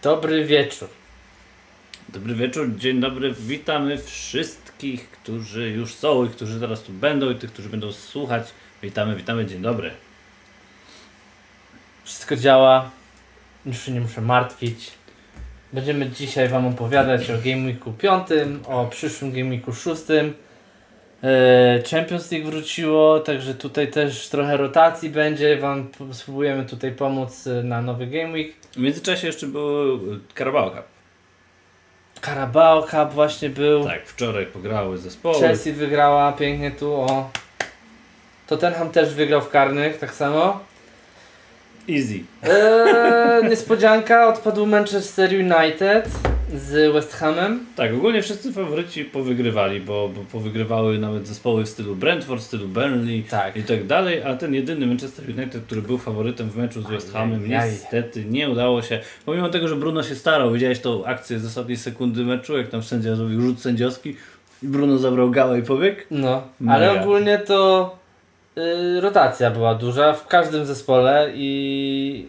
Dobry wieczór. Dobry wieczór, dzień dobry, witamy wszystkich, którzy już są i którzy teraz tu będą i tych, którzy będą słuchać. Witamy, dzień dobry. Wszystko działa, już się nie muszę martwić. Będziemy dzisiaj wam opowiadać o Game Weeku 5, o przyszłym Game Weeku 6. Champions League wróciło, także tutaj też trochę rotacji będzie, wam spróbujemy tutaj pomóc na nowy Game Week. W międzyczasie jeszcze był Carabao Cup. Carabao Cup właśnie był. Tak, wczoraj pograły zespoły. Chelsea wygrała pięknie tu, o. Tottenham też wygrał w karnych, tak samo. Easy. Niespodzianka, odpadł Manchester United z West Hamem. Tak, ogólnie wszyscy faworyci powygrywali, bo powygrywały nawet zespoły w stylu Brentford, w stylu Burnley i tak dalej, a ten jedyny Manchester United, który był faworytem w meczu z West Hamem, niestety nie udało się. Pomimo tego, że Bruno się starał, widziałeś tą akcję z ostatniej sekundy meczu, jak tam sędzia zrobił rzut sędziowski i Bruno zabrał gałę i pobiegł. No, ale ogólnie to rotacja była duża w każdym zespole i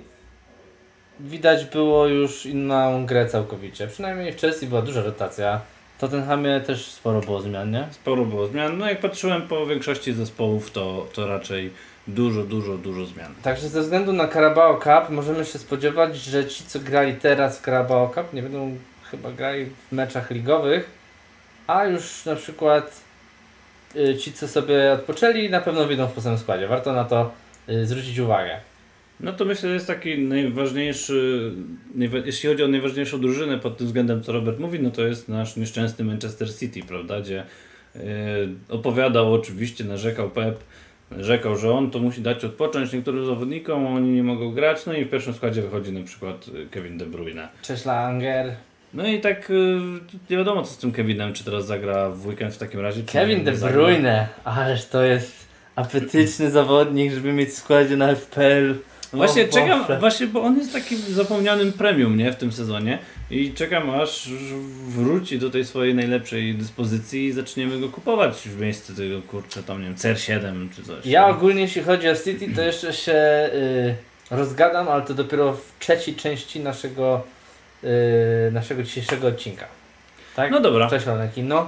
widać było już inną grę całkowicie. Przynajmniej w Chelsea była duża rotacja. W Tottenhamie też sporo było zmian, nie? Sporo było zmian. No jak patrzyłem po większości zespołów, to raczej dużo zmian. Także ze względu na Carabao Cup możemy się spodziewać, że ci, co grali teraz w Carabao Cup, nie będą chyba grali w meczach ligowych, a już na przykład ci, co sobie odpoczęli, na pewno wyjdą w podstawowym składzie. Warto na to zwrócić uwagę. No to myślę, że jest taki najważniejszy, jeśli chodzi o najważniejszą drużynę pod tym względem, co Robert mówi, no to jest nasz nieszczęsny Manchester City, prawda, gdzie opowiadał oczywiście, narzekał Pep, że on to musi dać odpocząć niektórym zawodnikom, oni nie mogą grać, no i w pierwszym składzie wychodzi na przykład Kevin De Bruyne. Cześć Langer. No i tak nie wiadomo co z tym Kevinem, czy teraz zagra w weekend w takim razie. Kevin De Bruyne, ależ to jest apetyczny zawodnik, żeby mieć w składzie na FPL. Właśnie czekam, bo on jest takim zapomnianym premium, nie, w tym sezonie i czekam aż wróci do tej swojej najlepszej dyspozycji i zaczniemy go kupować w miejsce tego, kurczę, tam nie wiem, CR7 czy coś. Ja ogólnie jeśli chodzi o City, to jeszcze się rozgadam, ale to dopiero w trzeciej części naszego dzisiejszego odcinka. Tak? No dobra. Cześć Laneki, no.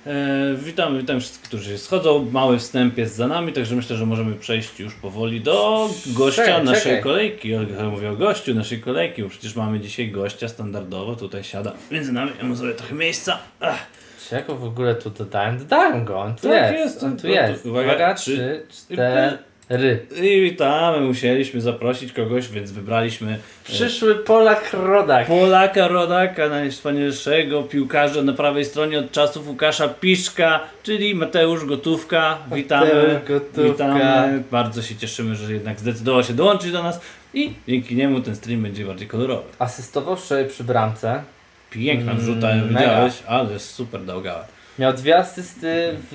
Witamy wszystkich, którzy schodzą. Mały wstęp jest za nami, także myślę, że możemy przejść już powoli do gościa naszej kolejki. Ja mówię o gościu naszej kolejki, bo przecież mamy dzisiaj gościa standardowo. Tutaj siada między nami, ja mu zrobię trochę miejsca. Jak w ogóle tu dodałem go, on tu tak jest. On tu no jest. Uwaga, 3, 4. I witamy, musieliśmy zaprosić kogoś, więc wybraliśmy przyszły Polaka Rodaka, najwspanialszego piłkarza na prawej stronie od czasów Łukasza Piszka, czyli Mateusz Gotówka. Witamy. Bardzo się cieszymy, że jednak zdecydował się dołączyć do nas i dzięki niemu ten stream będzie bardziej kolorowy. Asystował wczoraj przy bramce. Piękna wrzuta, widziałeś, ale super dał gałę. Miał 2 asysty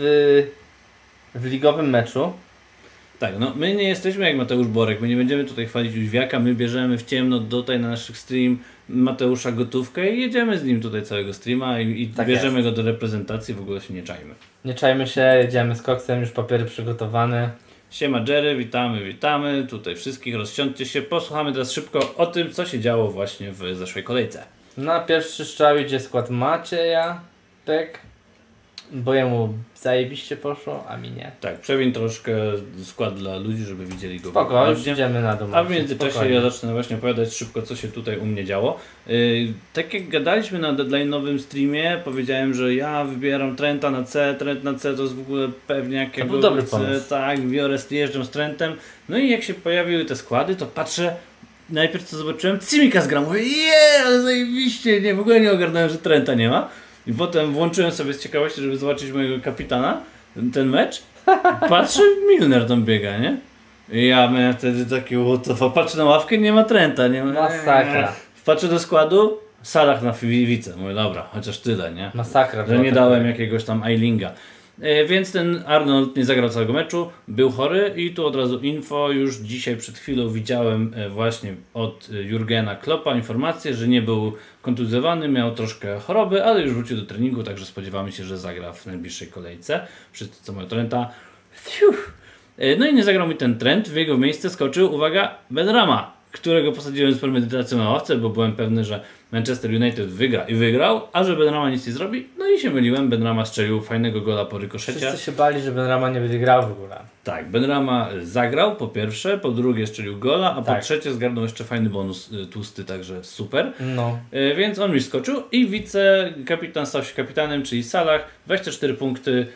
w ligowym meczu. Tak, no my nie jesteśmy jak Mateusz Borek, my nie będziemy tutaj chwalić Jóźwiaka, my bierzemy w ciemno tutaj na naszych stream Mateusza Gotówkę i jedziemy z nim tutaj całego streama i tak bierzemy go do reprezentacji, w ogóle się nie czajmy. Nie czajmy się, jedziemy z koksem, już papiery przygotowane. Siema Jerry, witamy, tutaj wszystkich, rozsiądźcie się, posłuchamy teraz szybko o tym, co się działo właśnie w zeszłej kolejce. Na pierwszy strzał idzie skład Macieja, tak? Bo jemu zajebiście poszło, a mi nie. Tak, przewin troszkę skład dla ludzi, żeby widzieli go. Spoko, już idziemy na dół. A w międzyczasie ja zacznę właśnie opowiadać szybko, co się tutaj u mnie działo. Tak jak gadaliśmy na deadline'owym streamie, powiedziałem, że ja wybieram Trenta na C, Trent na C to jest w ogóle pewniak. To był dobry pomysł. Tak, biorę, jeżdżam z Trentem. No i jak się pojawiły te składy, to patrzę, najpierw co zobaczyłem, Tsimikas gra, mówię, ale zajebiście, nie, w ogóle nie ogarnąłem, że Trenta nie ma. I potem włączyłem sobie z ciekawości, żeby zobaczyć mojego kapitana, ten mecz. Patrzę, Milner tam biega, nie? I ja miałem wtedy taki patrzę na ławkę, nie ma Trenta, nie ma. Masakra. Patrzę do składu, Salah na Fiwice. Mówię, dobra, chociaż tyle, nie? Masakra. Że nie dałem jakiegoś tam Eilinga. Więc ten Arnold nie zagrał całego meczu, był chory i tu od razu info, już dzisiaj przed chwilą widziałem właśnie od Jurgena Kloppa informację, że nie był kontuzjowany, miał troszkę choroby, ale już wrócił do treningu, także spodziewamy się, że zagra w najbliższej kolejce. Wszyscy co mają Trenta. No i nie zagrał mi ten Trent, w jego miejsce skoczył, uwaga, Benrahma, którego posadziłem z premedytacją na ławce, bo byłem pewny, że Manchester United wygra i wygrał, a że Benrahma nic nie zrobi, no i się myliłem. Benrahma strzelił fajnego gola po rykoszecie. Wszyscy się bali, że Benrahma nie będzie grał w ogóle. Tak, Benrahma zagrał po pierwsze, po drugie strzelił gola, a po trzecie zgarnął jeszcze fajny bonus tłusty, także super. No. Więc on mi skoczył i wicekapitan stał się kapitanem, czyli Salah, 24 punkty,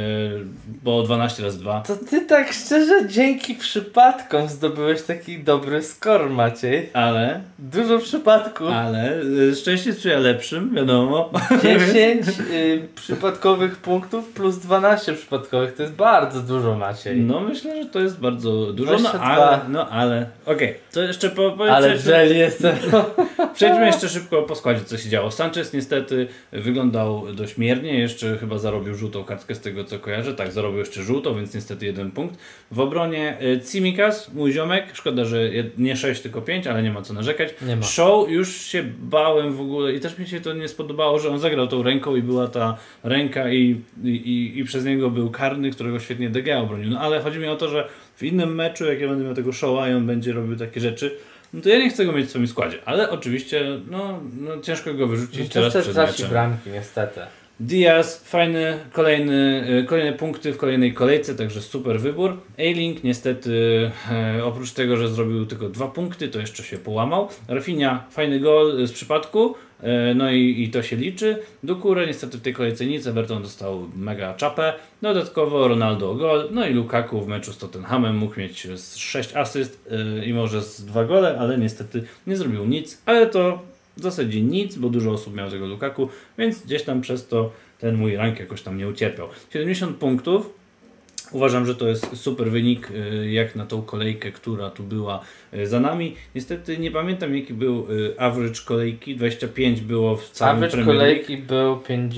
bo 12 razy 2. To ty tak szczerze dzięki przypadkom zdobyłeś taki dobry skor, Maciej. Ale Dużo przypadków. szczęście sprzyja lepszym, wiadomo. 10 przypadkowych punktów plus 12 przypadkowych. To jest bardzo dużo, Maciej. No myślę, że to jest bardzo dużo, 22. Okej. To jeszcze Ale Jelly jestem. Przejdźmy jeszcze szybko po składzie, co się działo. Sanchez niestety wyglądał dość miernie, jeszcze chyba zarobił żółtą kartkę z tego co kojarzę. Tak, zarobił jeszcze żółtą, więc niestety 1 punkt. W obronie Tsimikas, mój ziomek, szkoda, że nie 6 tylko 5, ale nie ma co narzekać. Nie ma. Show, już się bałem w ogóle i też mi się to nie spodobało, że on zagrał tą ręką i była ta ręka i przez niego był karny, którego świetnie De Gea obronił. No ale chodzi mi o to, że w innym meczu, jak ja będę miał tego Showa i on będzie robił takie rzeczy, no to ja nie chcę go mieć w swoim składzie, ale oczywiście no ciężko go wyrzucić teraz przed traci meczem. bramki, niestety. Diaz, fajny, kolejne punkty w kolejnej kolejce, także super wybór. Eiling niestety oprócz tego, że zrobił tylko 2 punkty, to jeszcze się połamał. Rafinha, fajny gol z przypadku, no i to się liczy. Doucouré niestety w tej kolejce nic, Everton dostał mega czapę. Dodatkowo Ronaldo gol, no i Lukaku w meczu z Tottenhamem mógł mieć 6 asyst i może z 2 gole, ale niestety nie zrobił nic, ale to w zasadzie nic, bo dużo osób miało tego Lukaku, więc gdzieś tam przez to ten mój rank jakoś tam nie ucierpiał. 70 punktów. Uważam, że to jest super wynik jak na tą kolejkę, która tu była za nami. Niestety nie pamiętam jaki był average kolejki. 25 było w całym Average Premier League. kolejki był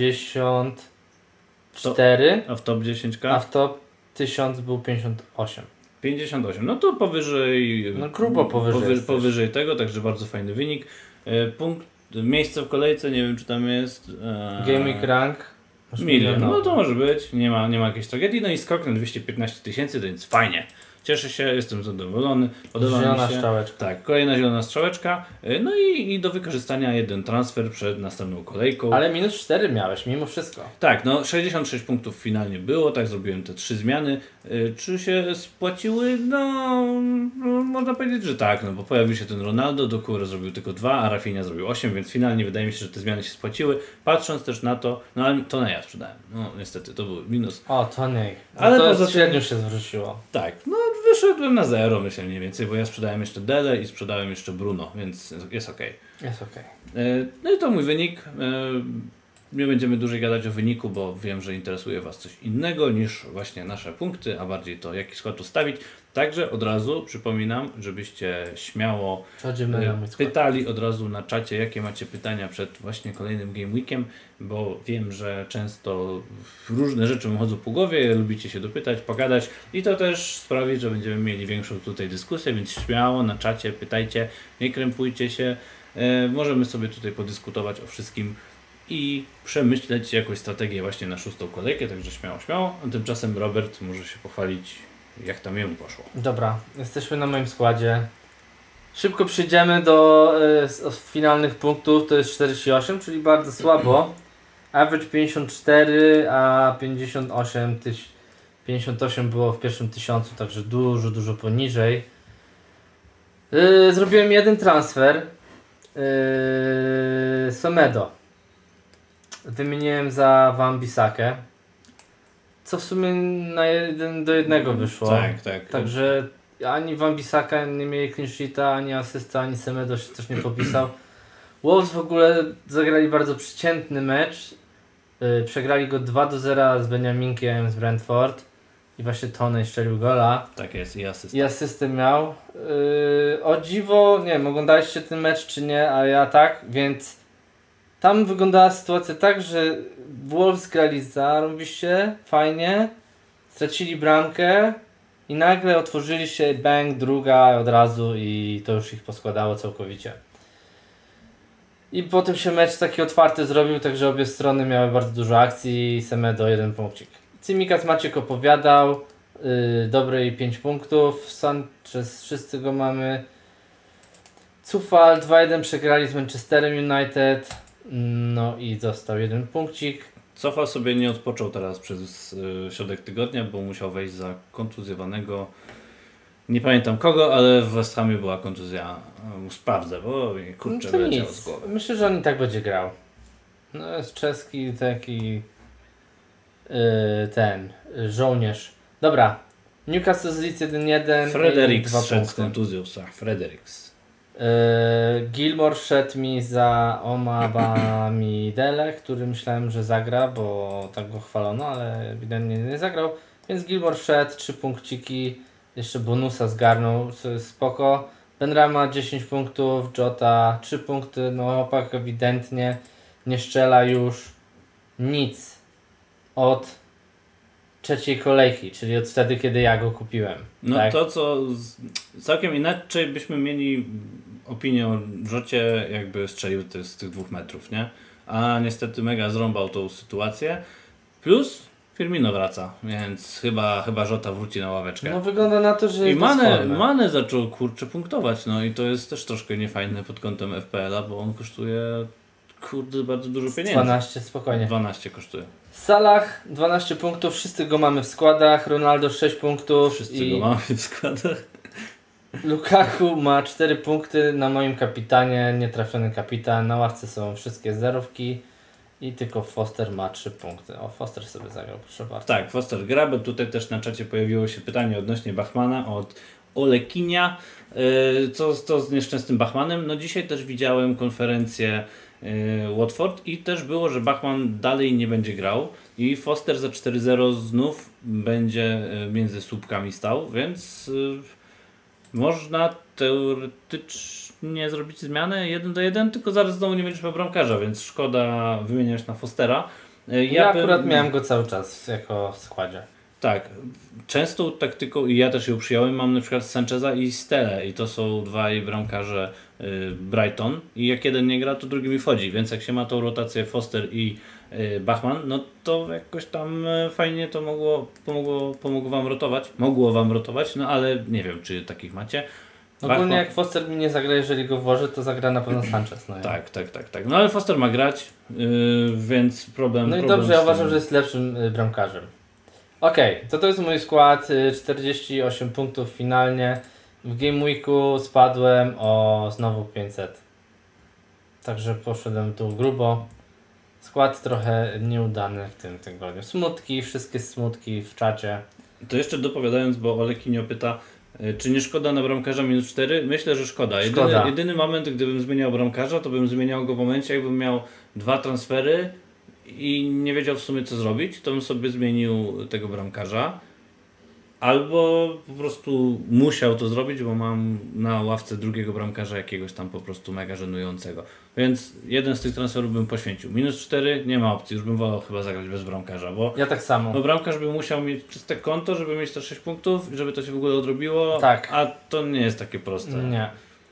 54, A w top 10k? a w top 1000 był 58. 58. No to powyżej. No grubo powyżej. Powyżej tego, także bardzo fajny wynik. Miejsce w kolejce, nie wiem czy tam jest. Game Week Rank. Milion. No to może być, nie ma jakiejś tragedii. No i skok na 215 000, to więc fajnie. Cieszę się, jestem zadowolony. Podoba mi się. Strzałeczka. Tak, kolejna zielona strzałeczka. No i do wykorzystania jeden transfer przed następną kolejką. Ale minus 4 miałeś, mimo wszystko. Tak, no 66 punktów finalnie było, tak zrobiłem te 3 zmiany. Czy się spłaciły? No można powiedzieć, że tak, no bo pojawił się ten Ronaldo, Doucouré zrobił tylko 2, a Rafinha zrobił 8, więc finalnie wydaje mi się, że te zmiany się spłaciły. Patrząc też na to, no ale to ja sprzedałem. No niestety, to był minus. O, to nie. No Ale to poza tym- średnio się zwróciło. Tak, no wyszedłem na 0 myślę mniej więcej, bo ja sprzedałem jeszcze Dele i sprzedałem jeszcze Bruno, więc jest ok. Jest okej. No i to mój wynik. Nie będziemy dłużej gadać o wyniku, bo wiem, że interesuje Was coś innego niż właśnie nasze punkty, a bardziej to, jaki skład ustawić. Także od razu przypominam, żebyście śmiało Przechodzimy na mój skład. pytali od razu na czacie, jakie macie pytania przed właśnie kolejnym Game Weekiem, bo wiem, że często różne rzeczy wam chodzą po głowie, lubicie się dopytać, pogadać i to też sprawi, że będziemy mieli większą tutaj dyskusję, więc śmiało na czacie pytajcie, nie krępujcie się, możemy sobie tutaj podyskutować o wszystkim i przemyśleć jakąś strategię właśnie na 6. kolejkę, także śmiało. A tymczasem Robert może się pochwalić, jak tam jemu poszło. Dobra, jesteśmy na moim składzie. Szybko przejdziemy do finalnych punktów, to jest 48, czyli bardzo słabo. Average 54, a 58 było w pierwszym 1000, także dużo poniżej. Zrobiłem jeden transfer. Semedo. Wymieniłem za Wan-Bissakę. Co w sumie na 1-1 wyszło. Tak. Także ani Wan-Bissaka nie mieli clean sheeta, ani asysta, ani Semedo się też nie popisał. Wolves w ogóle zagrali bardzo przeciętny mecz. Przegrali go 2-0 z Beniaminkiem z Brentford. I właśnie Tony strzelił gola. Tak jest, i asyst. I asystę miał. O dziwo, nie wiem, oglądaliście ten mecz czy nie, ale ja tak, więc tam wyglądała sytuacja tak, że Wolves grali zarobiście, fajnie, stracili bramkę i nagle otworzyli się, bang, druga od razu i to już ich poskładało całkowicie. I potem się mecz taki otwarty zrobił, także obie strony miały bardzo dużo akcji i Semedo 1 punkcik. Tsimikas Maciek opowiadał, dobrej 5 punktów, Sanchez wszyscy go mamy. Cufal 2-1 przegrali z Manchesterem United. No i został jeden punkcik. Cofa sobie nie odpoczął teraz przez środek tygodnia, bo musiał wejść za kontuzjowanego. Nie pamiętam kogo, ale w West Hamie była kontuzja. Sprawdzę, bo kurczę, No to wyleciało nic. z głowy. Myślę, że on i tak będzie grał. No jest czeski taki ten żołnierz. Dobra. Newcastle z Leeds 1-1. Fredericks 2 szedł z punkty. kontuzją, tak, Fredericks. Gilmore szedł mi za Omabamidele, który myślałem, że zagra, bo tak go chwalono, ale ewidentnie nie zagrał. Więc Gilmore szedł, 3 punkciki, jeszcze bonusa zgarnął, co jest spoko. Benrahma 10 punktów, Jota 3 punkty, no chłopak ewidentnie nie strzela już nic od trzeciej kolejki, czyli od wtedy, kiedy ja go kupiłem. No tak? to co, całkiem inaczej byśmy mieli opinię o Jocie, jakby strzelił z tych 2 metrów, nie? A niestety mega zrąbał tą sytuację. Plus Firmino wraca, więc chyba Jota wróci na ławeczkę. No wygląda na to, że I jest bez formy. Mane zaczął kurczę punktować, no i to jest też troszkę niefajne pod kątem FPL-a, bo on kosztuje bardzo dużo pieniędzy. 12, spokojnie. 12 kosztuje. Salah 12 punktów, wszyscy go mamy w składach. Ronaldo 6 punktów. Wszyscy go mamy w składach. Lukaku ma 4 punkty na moim kapitanie, nietrafiony kapitan. Na ławce są wszystkie zerówki i tylko Foster ma 3 punkty. O, Foster sobie zagrał, proszę bardzo. Tak, Foster gra, bo tutaj też na czacie pojawiło się pytanie odnośnie Bachmana od Olekinia. Co z nieszczęsnym Bachmanem? No dzisiaj też widziałem konferencję Watford i też było, że Bachman dalej nie będzie grał i Foster za 4-0 znów będzie między słupkami stał, więc można teoretycznie zrobić zmianę 1-1, tylko zaraz znowu nie będziesz miał bramkarza, więc szkoda wymieniać na Fostera. Ja akurat miałem go cały czas jako w składzie. Tak, częstą taktyką i ja też ją przyjąłem, mam na przykład Sancheza i Stele i to są dwaj bramkarze Brighton i jak jeden nie gra, to drugi mi wchodzi, więc jak się ma tą rotację Foster i Bachman, no to jakoś tam fajnie to pomogło wam rotować, no ale nie wiem, czy takich macie. Ogólnie jak Foster mi nie zagra, jeżeli go włożę, to zagra na pewno Sanchez. No tak. No ale Foster ma grać, więc problem. No i problem dobrze, ja uważam, że jest lepszym bramkarzem. Okej, to jest mój skład, 48 punktów finalnie. W Game Weeku spadłem o znowu 500. Także poszedłem tu grubo. Skład trochę nieudany w tym tygodniu. Smutki, wszystkie smutki w czacie. To jeszcze dopowiadając, bo Olekinio pyta, czy nie szkoda na bramkarza minus 4? Myślę, że szkoda. Jedyny moment, gdybym zmieniał bramkarza, to bym zmieniał go w momencie, jakbym miał 2 transfery i nie wiedział w sumie co zrobić, to bym sobie zmienił tego bramkarza. Albo po prostu musiał to zrobić, bo mam na ławce drugiego bramkarza jakiegoś tam po prostu mega żenującego. Więc jeden z tych transferów bym poświęcił. Minus 4 nie ma opcji, już bym wolał chyba zagrać bez bramkarza, bo ja tak samo. Bo bramkarz by musiał mieć czyste konto, żeby mieć te 6 punktów i żeby to się w ogóle odrobiło, tak. A to nie jest takie proste. Nie.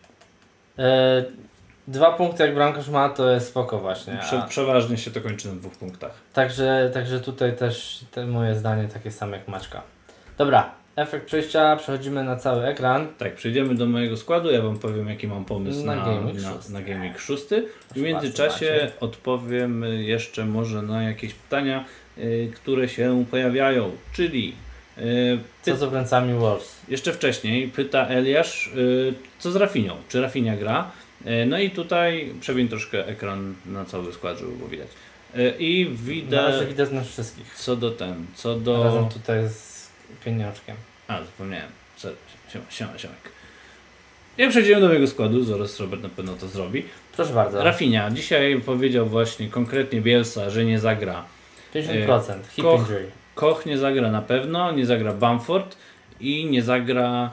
2 punkty jak bramkarz ma, to jest spoko właśnie. Przeważnie się to kończy na 2 punktach. Także tutaj też moje zdanie takie same jak Maćka. Dobra, efekt przejścia, przechodzimy na cały ekran. Tak, przejdziemy do mojego składu, ja wam powiem jaki mam pomysł na Game Week 6. W międzyczasie odpowiem jeszcze może na jakieś pytania, które się pojawiają, czyli co z obrońcami Wolves? Jeszcze wcześniej pyta Eliasz, co z Rafinhą, czy Rafinha gra? No i tutaj przewiń troszkę ekran na cały skład, żeby było widać. I widać nas wszystkich. Co do Razem tutaj z pieniążkiem. Zapomniałem. Siomek. Jak przejdziemy do mojego składu, zaraz Robert na pewno to zrobi. Proszę bardzo. Rafinha. Dzisiaj powiedział właśnie konkretnie Bielsa, że nie zagra. 50%. Hip injury. Koch nie zagra na pewno, nie zagra Bamford i nie zagra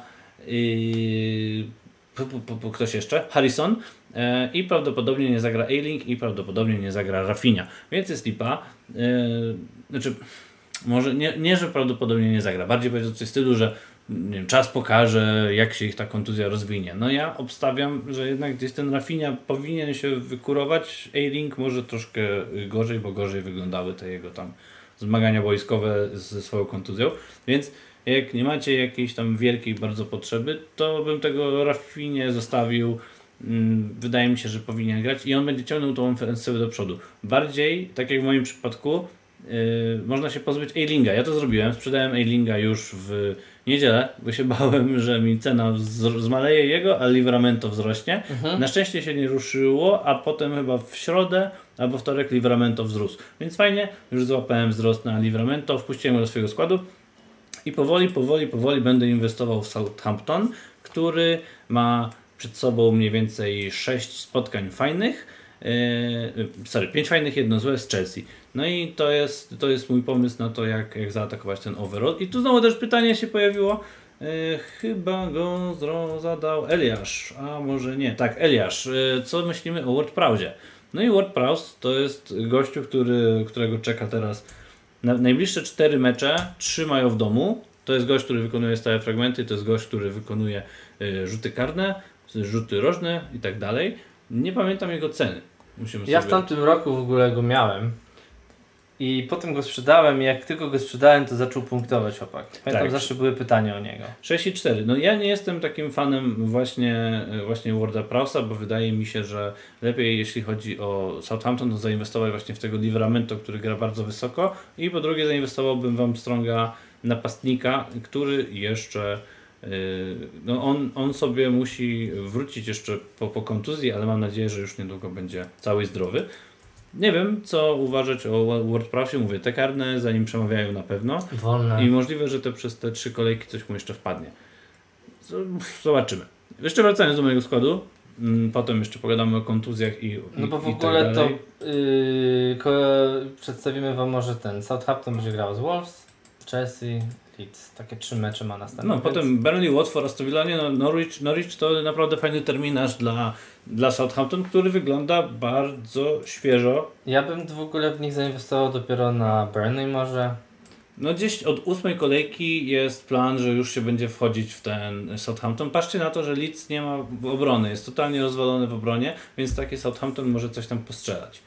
ktoś jeszcze? Harrison. I prawdopodobnie nie zagra Ayling i prawdopodobnie nie zagra Rafinha. Więc jest lipa. Znaczy, może nie, że prawdopodobnie nie zagra. Bardziej będzie coś w stylu, że nie wiem, czas pokaże, jak się ich ta kontuzja rozwinie. No ja obstawiam, że jednak gdzieś ten Rafinha powinien się wykurować. Ayling może troszkę gorzej, bo gorzej wyglądały te jego tam zmagania wojskowe ze swoją kontuzją. Więc jak nie macie jakiejś tam wielkiej bardzo potrzeby, to bym tego Rafinhę zostawił wydaje mi się, że powinien grać i on będzie ciągnął tą ofensywę do przodu. Bardziej, tak jak w moim przypadku, można się pozbyć Eilinga. Ja to zrobiłem, sprzedałem Eilinga już w niedzielę, bo się bałem, że mi cena zmaleje jego, a Livramento wzrośnie. Na szczęście się nie ruszyło, a potem chyba w środę albo wtorek Livramento wzrósł. Więc fajnie, już złapałem wzrost na Livramento, wpuściłem go do swojego składu i powoli będę inwestował w Southampton, który ma przed sobą mniej więcej 6 spotkań fajnych. 5 fajnych, jedno złe z Chelsea. No i to jest mój pomysł na to, jak zaatakować ten overall. I tu znowu też pytanie się pojawiło. Chyba go zadał Eliasz, a może nie. Tak, Eliasz. Co myślimy o WordProwsie? No i WordProwse to jest gościu, którego czeka teraz najbliższe 4 mecze, 3 mają w domu. To jest gość, który wykonuje stałe fragmenty, to jest gość, który wykonuje rzuty karne, rzuty rożne i tak dalej. Nie pamiętam jego ceny. Ja w tamtym roku w ogóle go miałem i potem go sprzedałem i jak tylko go sprzedałem, to zaczął punktować chłopak. Pamiętam, zawsze były pytania o niego. 6,4. No ja nie jestem takim fanem właśnie WordPressa, bo wydaje mi się, że lepiej jeśli chodzi o Southampton, to zainwestować właśnie w tego Livramento, który gra bardzo wysoko i po drugie zainwestowałbym w Armstronga, napastnika, który jeszcze on sobie musi wrócić jeszcze po kontuzji, ale mam nadzieję, że już niedługo będzie cały zdrowy. Nie wiem, co uważać o WordPressie. Mówię, te karne za nim przemawiają na pewno. Wolne. I możliwe, że przez te 3 kolejki coś mu jeszcze wpadnie. Zobaczymy. Jeszcze wracając do mojego składu, potem jeszcze pogadamy o kontuzjach i no bo w i ogóle tak to przedstawimy wam może ten Southampton będzie grał z Wolves, Chelsea, Leeds. Takie 3 mecze ma następne. No potem Burnley, Watford, Aston Villa, Norwich to naprawdę fajny terminarz dla Southampton, który wygląda bardzo świeżo. Ja bym w ogóle w nich zainwestował dopiero na Burnley może. No gdzieś od 8 kolejki jest plan, że już się będzie wchodzić w ten Southampton. Patrzcie na to, że Leeds nie ma obrony, jest totalnie rozwalony w obronie, więc taki Southampton może coś tam postrzelać.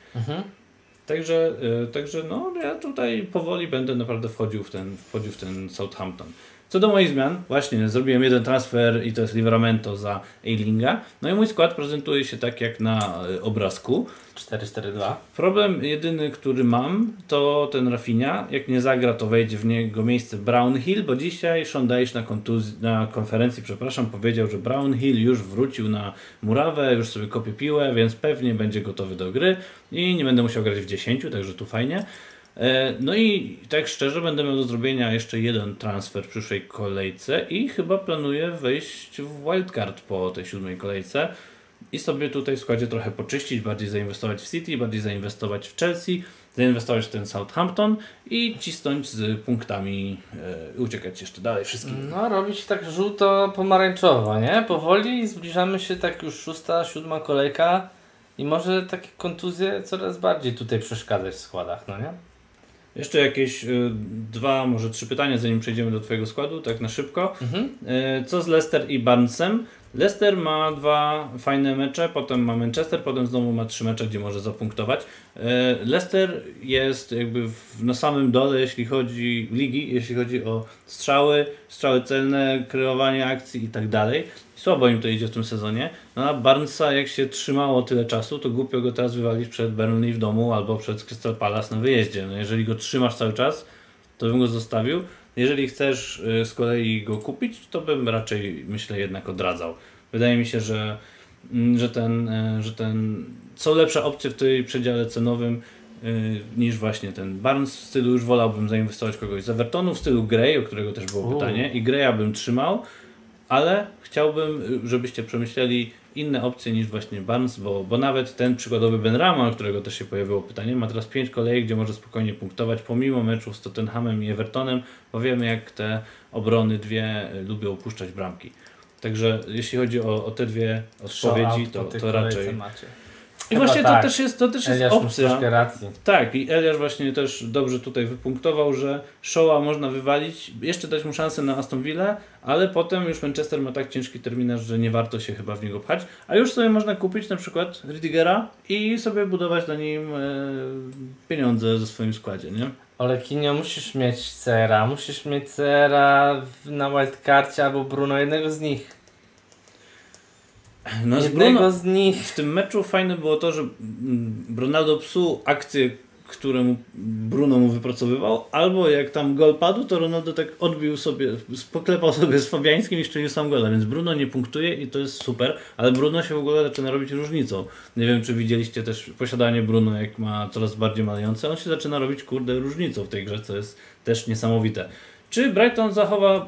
Także no ja tutaj powoli będę naprawdę wchodził w ten Southampton. Co do moich zmian, właśnie zrobiłem jeden transfer i to jest Livramento za Eilinga. No i mój skład prezentuje się tak jak na obrazku. 4-4-2. Problem jedyny, który mam, to ten Rafinha. Jak nie zagra, to wejdzie w niego miejsce Brownhill, bo dzisiaj Sean Dyche na konferencji, powiedział, że Brownhill już wrócił na murawę, już sobie kopie piłę, więc pewnie będzie gotowy do gry i nie będę musiał grać w 10, także tu fajnie. No i tak szczerze będę miał do zrobienia jeszcze jeden transfer w przyszłej kolejce i chyba planuję wejść w wildcard po tej 7 kolejce i sobie tutaj w składzie trochę poczyścić, bardziej zainwestować w City, bardziej zainwestować w Chelsea, zainwestować w ten Southampton i cisnąć z punktami, uciekać jeszcze dalej wszystkim. No robić tak żółto-pomarańczowo, nie? Powoli zbliżamy się tak już 6., 7 kolejka i może takie kontuzje coraz bardziej tutaj przeszkadzać w składach, no nie? Jeszcze jakieś 2, może 3 pytania, zanim przejdziemy do Twojego składu, tak na szybko. Co z Leicester i Barnesem? Leicester ma 2 fajne mecze, potem ma Manchester, potem znowu ma 3 mecze, gdzie może zapunktować. Leicester jest jakby na samym dole, jeśli chodzi ligi, jeśli chodzi o strzały celne, kreowanie akcji i tak dalej. Słabo im to idzie w tym sezonie. No a Barnesa jak się trzymało tyle czasu, to głupio go teraz wywalić przed Burnley w domu albo przed Crystal Palace na wyjeździe. No jeżeli go trzymasz cały czas, to bym go zostawił. Jeżeli chcesz z kolei go kupić, to bym raczej, myślę, jednak odradzał. Wydaje mi się, że są lepsze opcje w tej przedziale cenowym niż właśnie ten Barnes. W stylu już wolałbym zainwestować kogoś z Evertonu, w stylu Gray, o którego też było pytanie. I Graya bym trzymał, ale chciałbym, żebyście przemyśleli inne opcje niż właśnie Barnes, bo nawet ten przykładowy Benrahma, o którego też się pojawiło pytanie, ma teraz 5 kolejek, gdzie może spokojnie punktować pomimo meczów z Tottenhamem i Evertonem, bo wiemy jak te obrony dwie lubią opuszczać bramki. Także jeśli chodzi o te dwie odpowiedzi, to raczej... I właśnie tak. to też jest opcja. Racji. Tak, i Eliasz właśnie też dobrze tutaj wypunktował, że Shaw'a można wywalić, jeszcze dać mu szansę na Aston Villa, ale potem już Manchester ma tak ciężki terminarz, że nie warto się chyba w niego pchać, a już sobie można kupić na przykład Rüdigera i sobie budować na nim pieniądze ze swoim składzie, nie? Olekinio, musisz mieć CR-a na wildcardzie albo Bruno, jednego z nich. No z Jednego Bruno, z nich... w tym meczu fajne było to, że Ronaldo psuł akcję, którą Bruno mu wypracowywał, albo jak tam gol padł, to Ronaldo tak odbił sobie, poklepał sobie z Fabiańskim i strzelił sam gola, więc Bruno nie punktuje i to jest super, ale Bruno się w ogóle zaczyna robić różnicą. Nie wiem, czy widzieliście też posiadanie Bruno, jak ma coraz bardziej malejące, on się zaczyna robić, kurde, różnicą w tej grze, co jest też niesamowite. Czy Brighton zachowa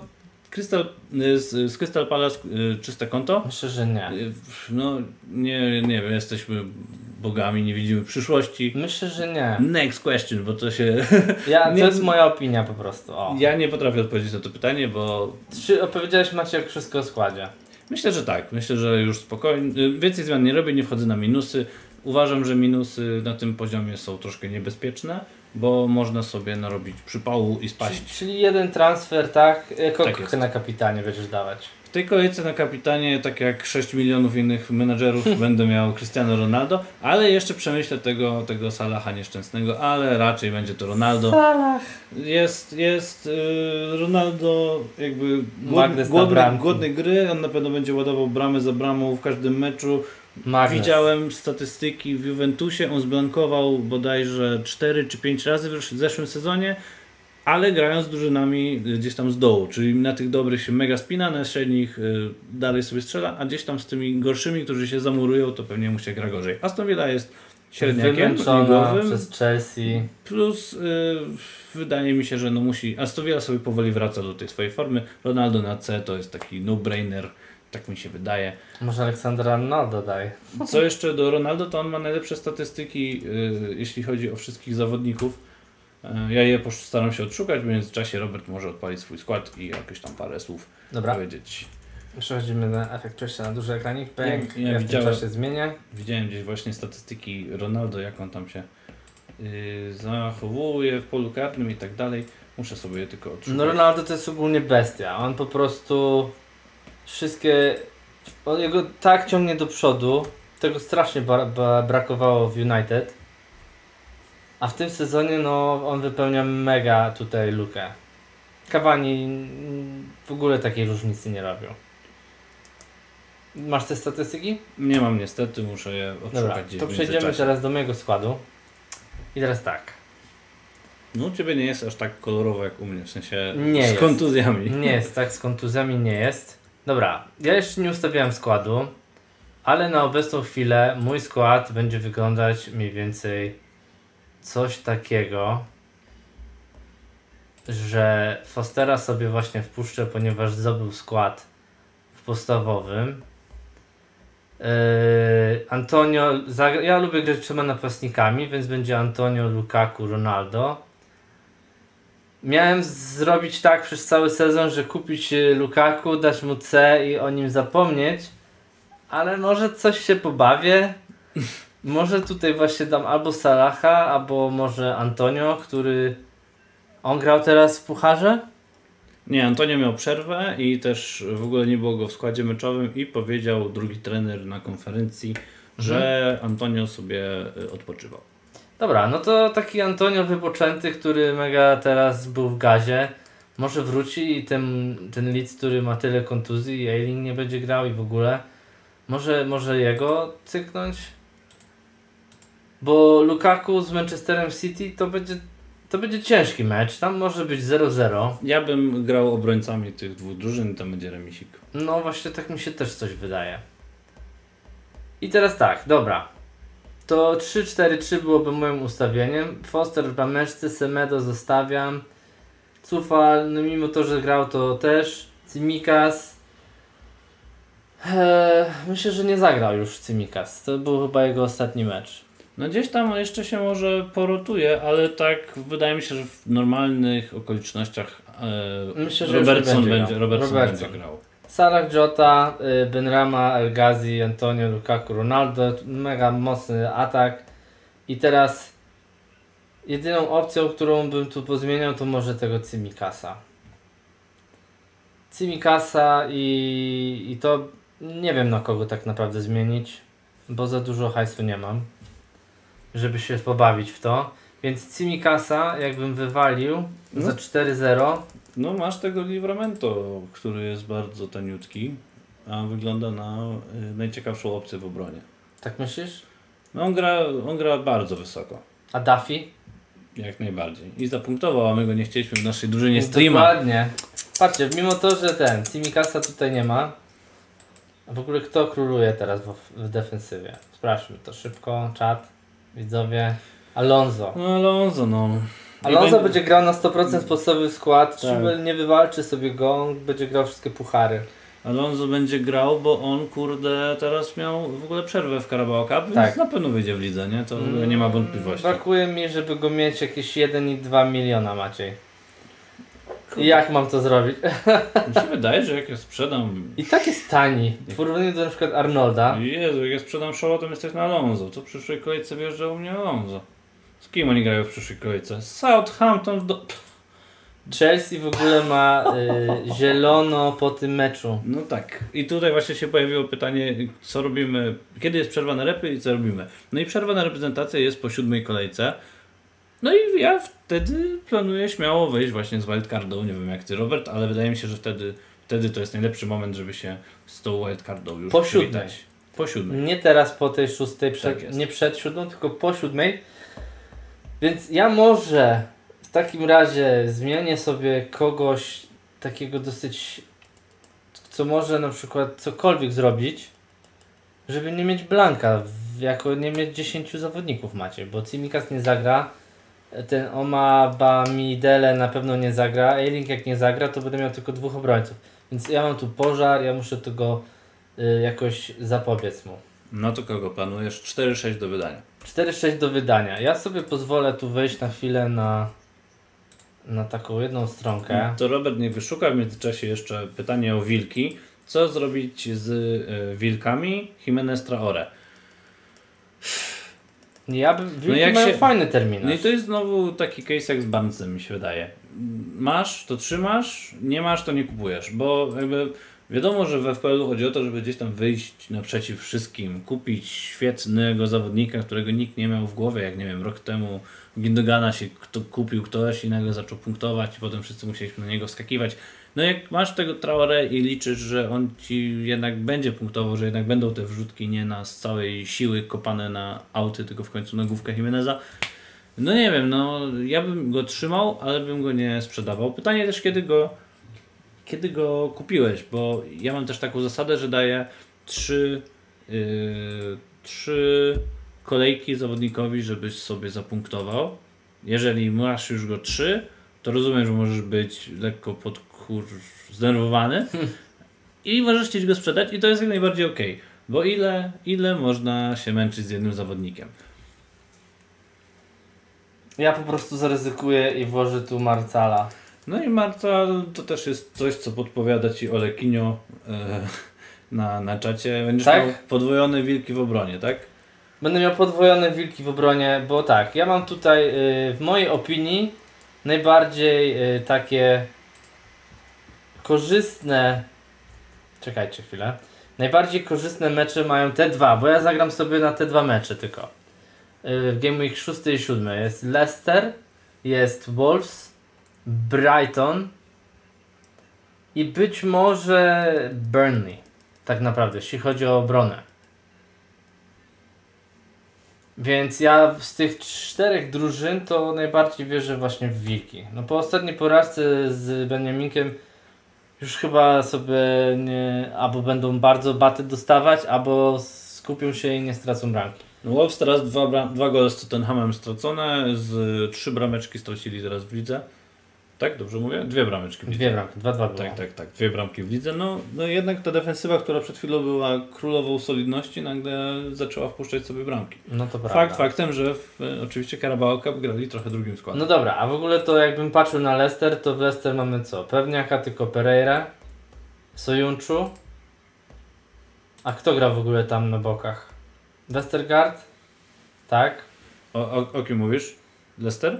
z Crystal Palace czyste konto? Myślę, że nie. No, nie wiem, jesteśmy bogami, nie widzimy przyszłości. Myślę, że nie. Next question, bo to się... To jest moja opinia po prostu. O. Ja nie potrafię odpowiedzieć na to pytanie, bo... Czy opowiedziałeś Maciek wszystko o składzie? Myślę, że tak. Myślę, że już spokojnie. Więcej zmian nie robię, nie wchodzę na minusy. Uważam, że minusy na tym poziomie są troszkę niebezpieczne, bo można sobie narobić przypału i spaść. Czyli jeden transfer, tak? Tak jest. Na kapitanie będziesz dawać. W tej kolejce na kapitanie, tak jak 6 milionów innych menadżerów, będę miał Cristiano Ronaldo, ale jeszcze przemyślę tego Salaha nieszczęsnego, ale raczej będzie to Ronaldo. Salah. Jest Ronaldo jakby głodny gry, on na pewno będzie ładował bramę za bramą w każdym meczu. Magnes. Widziałem statystyki w Juventusie, on zblankował bodajże 4 czy 5 razy w zeszłym sezonie, ale grając z drużynami gdzieś tam z dołu, czyli na tych dobrych się mega spina, na średnich dalej sobie strzela, a gdzieś tam z tymi gorszymi, którzy się zamurują, to pewnie mu się gra gorzej. Aston Villa jest średniakiem ligowym, przez Chelsea. plus wydaje mi się, że Aston Villa sobie powoli wraca do tej swojej formy. Ronaldo na C to jest taki no-brainer, tak mi się wydaje. Może Aleksandra Ronaldo daj. Co jeszcze do Ronaldo, to on ma najlepsze statystyki, jeśli chodzi o wszystkich zawodników. Ja je staram się odszukać, w międzyczasie Robert może odpalić swój skład i jakieś tam parę słów powiedzieć. Przechodzimy na efekt przejścia na duży ekranik. Pęk. Ja w tym czasie zmienię. Widziałem gdzieś właśnie statystyki Ronaldo, jak on tam się zachowuje w polu karnym i tak dalej. Muszę sobie je tylko odszukać. No Ronaldo to jest ogólnie bestia. On po prostu on jego tak ciągnie do przodu. Tego strasznie brakowało w United. A w tym sezonie on wypełnia mega tutaj lukę. Cavani w ogóle takiej różnicy nie robią. Masz te statystyki? Nie mam niestety, muszę je odszukać. Dobra, gdzieś to w przejdziemy międzyczasie. teraz do mojego składu. I teraz tak. No u Ciebie nie jest aż tak kolorowo jak u mnie, w sensie Nie z jest. kontuzjami. Nie jest, tak, z kontuzjami nie jest. Dobra, ja jeszcze nie ustawiałem składu, ale na obecną chwilę mój skład będzie wyglądać mniej więcej coś takiego, że Fostera sobie właśnie wpuszczę, ponieważ zdobył skład w podstawowym. Antonio, ja lubię grać 3 napastnikami, więc będzie Antonio, Lukaku, Ronaldo. Miałem zrobić tak przez cały sezon, że kupić Lukaku, dać mu C i o nim zapomnieć, ale może coś się pobawię. Może tutaj właśnie dam albo Salaha, albo może Antonio, który... On grał teraz w pucharze? Nie, Antonio miał przerwę i też w ogóle nie było go w składzie meczowym i powiedział drugi trener na konferencji, że Antonio sobie odpoczywał. Dobra, no to taki Antonio wypoczęty, który mega teraz był w gazie, może wróci i ten Leeds, który ma tyle kontuzji i Ayling nie będzie grał i w ogóle, może jego cyknąć? Bo Lukaku z Manchesterem City to będzie ciężki mecz, tam może być 0-0. Ja bym grał obrońcami tych dwóch drużyn i tam będzie remisik. No właśnie tak mi się też coś wydaje. I teraz tak, dobra. To 3-4-3 byłoby moim ustawieniem. Foster w brameczce, Semedo zostawiam. Cufal, no mimo to, że grał to też. Tsimikas. Myślę, że nie zagrał już Tsimikas. To był chyba jego ostatni mecz. No gdzieś tam jeszcze się może porotuje, ale tak wydaje mi się, że w normalnych okolicznościach Myślę, że Robertson będzie grał. Salah, Jota, Benrahma, El Ghazi, Antonio, Lukaku, Ronaldo. Mega mocny atak. I teraz jedyną opcją, którą bym tu pozmieniał, to może tego Tsimikasa. I to nie wiem na kogo tak naprawdę zmienić, bo za dużo hajsu nie mam, żeby się pobawić w to. Więc Tsimikasa jakbym wywalił za 4-0. No masz tego Livramento, który jest bardzo taniutki. a wygląda na najciekawszą opcję w obronie. Tak myślisz? No on gra bardzo wysoko. A Duffy? Jak najbardziej. I zapunktował, a my go nie chcieliśmy w naszej drużynie streama. Dokładnie. Patrzcie, mimo to, że Tsimikasa tutaj nie ma, a w ogóle kto króluje teraz w defensywie? Sprawdźmy to szybko, czat, widzowie. Alonso. No Alonso, no. Alonso będzie grał na 100% podstawowy skład, Tak. Schubel nie wywalczy sobie go, on będzie grał wszystkie puchary. Alonso będzie grał, bo on kurde teraz miał w ogóle przerwę w Carabao Cup, więc Tak. na pewno wyjdzie w lidze, nie? To w ogóle nie ma wątpliwości. Brakuje mi, żeby go mieć jakieś 1,2 miliona, Maciej. I jak mam to zrobić? Mi się wydaje, że jak ja sprzedam... I tak jest tani. W porównaniu do na przykład Arnolda. Jezu, jak ja sprzedam Shaw, to jesteś na Alonso. To w przyszłej kolejce wjeżdża u mnie Alonso. Z kim oni grają w przyszłej kolejce? Southampton Chelsea w ogóle ma zielono po tym meczu. No tak. I tutaj właśnie się pojawiło pytanie, co robimy, kiedy jest przerwa na repy i co robimy. No i przerwa na reprezentację jest po 7. kolejce. No i ja wtedy planuję śmiało wyjść właśnie z wildcardą. Nie wiem jak ty, Robert, ale wydaje mi się, że wtedy to jest najlepszy moment, żeby się z tą wildcardą już Po przywitać. Po 7. Nie teraz po tej 6, Tak nie przed 7, tylko po 7. Więc ja może w takim razie zmienię sobie kogoś takiego dosyć, co może na przykład cokolwiek zrobić, żeby nie mieć blanka, jako nie mieć 10 zawodników macie, bo Tsimikas nie zagra, ten Oma Bamidele na pewno nie zagra, Eiling jak nie zagra, to będę miał tylko 2 obrońców. Więc ja mam tu pożar, ja muszę tego jakoś zapobiec mu. No to kogo planujesz? 4-6 do wydania. 4-6 do wydania. Ja sobie pozwolę tu wejść na chwilę na taką jedną stronkę. To Robert niech wyszuka w międzyczasie jeszcze pytanie o wilki. Co zrobić z wilkami Jimenez Traore? Ja bym, wilki jak mają się- fajny terminarz. No i to jest znowu taki case jak z Barnesem, mi się wydaje. Masz, to trzymasz, nie masz, to nie kupujesz, bo jakby wiadomo, że w FPL-u chodzi o to, żeby gdzieś tam wyjść naprzeciw wszystkim, kupić świetnego zawodnika, którego nikt nie miał w głowie, jak nie wiem, rok temu Gündogana się kupił ktoś i nagle zaczął punktować i potem wszyscy musieliśmy na niego wskakiwać. No jak masz tego Traoré i liczysz, że on ci jednak będzie punktował, że jednak będą te wrzutki nie na z całej siły kopane na auty, tylko w końcu na główkę Jimeneza. No nie wiem, no ja bym go trzymał, ale bym go nie sprzedawał. Pytanie też kiedy go kupiłeś, bo ja mam też taką zasadę, że daję 3 kolejki zawodnikowi, żebyś sobie zapunktował. Jeżeli masz już go 3, to rozumiem, że możesz być lekko zdenerwowany i możesz chcieć go sprzedać i to jest jak najbardziej okej. Bo ile można się męczyć z jednym zawodnikiem? Ja po prostu zaryzykuję i włożę tu Marcala. No i Marca to też jest coś, co podpowiada Ci Olekinio na czacie. Będziesz Tak? miał podwojone wilki w obronie, tak? Będę miał podwojone wilki w obronie, bo tak, ja mam tutaj w mojej opinii najbardziej takie korzystne, czekajcie chwilę, najbardziej korzystne mecze mają te dwa, bo ja zagram sobie na te 2 mecze tylko. W Game Week 6 i 7 jest Leicester, jest Wolves, Brighton i być może Burnley, tak naprawdę, jeśli chodzi o obronę. Więc ja z tych 4 drużyn to najbardziej wierzę właśnie w wilki. No po ostatniej porażce z Beniaminkiem już chyba sobie nie, albo będą bardzo baty dostawać, albo skupią się i nie stracą bramki. No Wolves teraz 2 gole z Tottenhamem stracone, z 3 brameczki stracili teraz w lidze. Tak? Dobrze mówię? 2 brameczki w lidze. 2 bramki, 2-2 było. Tak. 2 bramki w lidze. No jednak ta defensywa, która przed chwilą była królową solidności, nagle zaczęła wpuszczać sobie bramki. No to prawda. Fakt faktem, że oczywiście Carabao Cup grali trochę drugim składem. No dobra, a w ogóle to jakbym patrzył na Leicester, to w Leicester mamy co? Pewniaka, tylko Pereira, Sojunczu. A kto gra w ogóle tam na bokach? Westergaard? Tak? O kim mówisz? Leicester?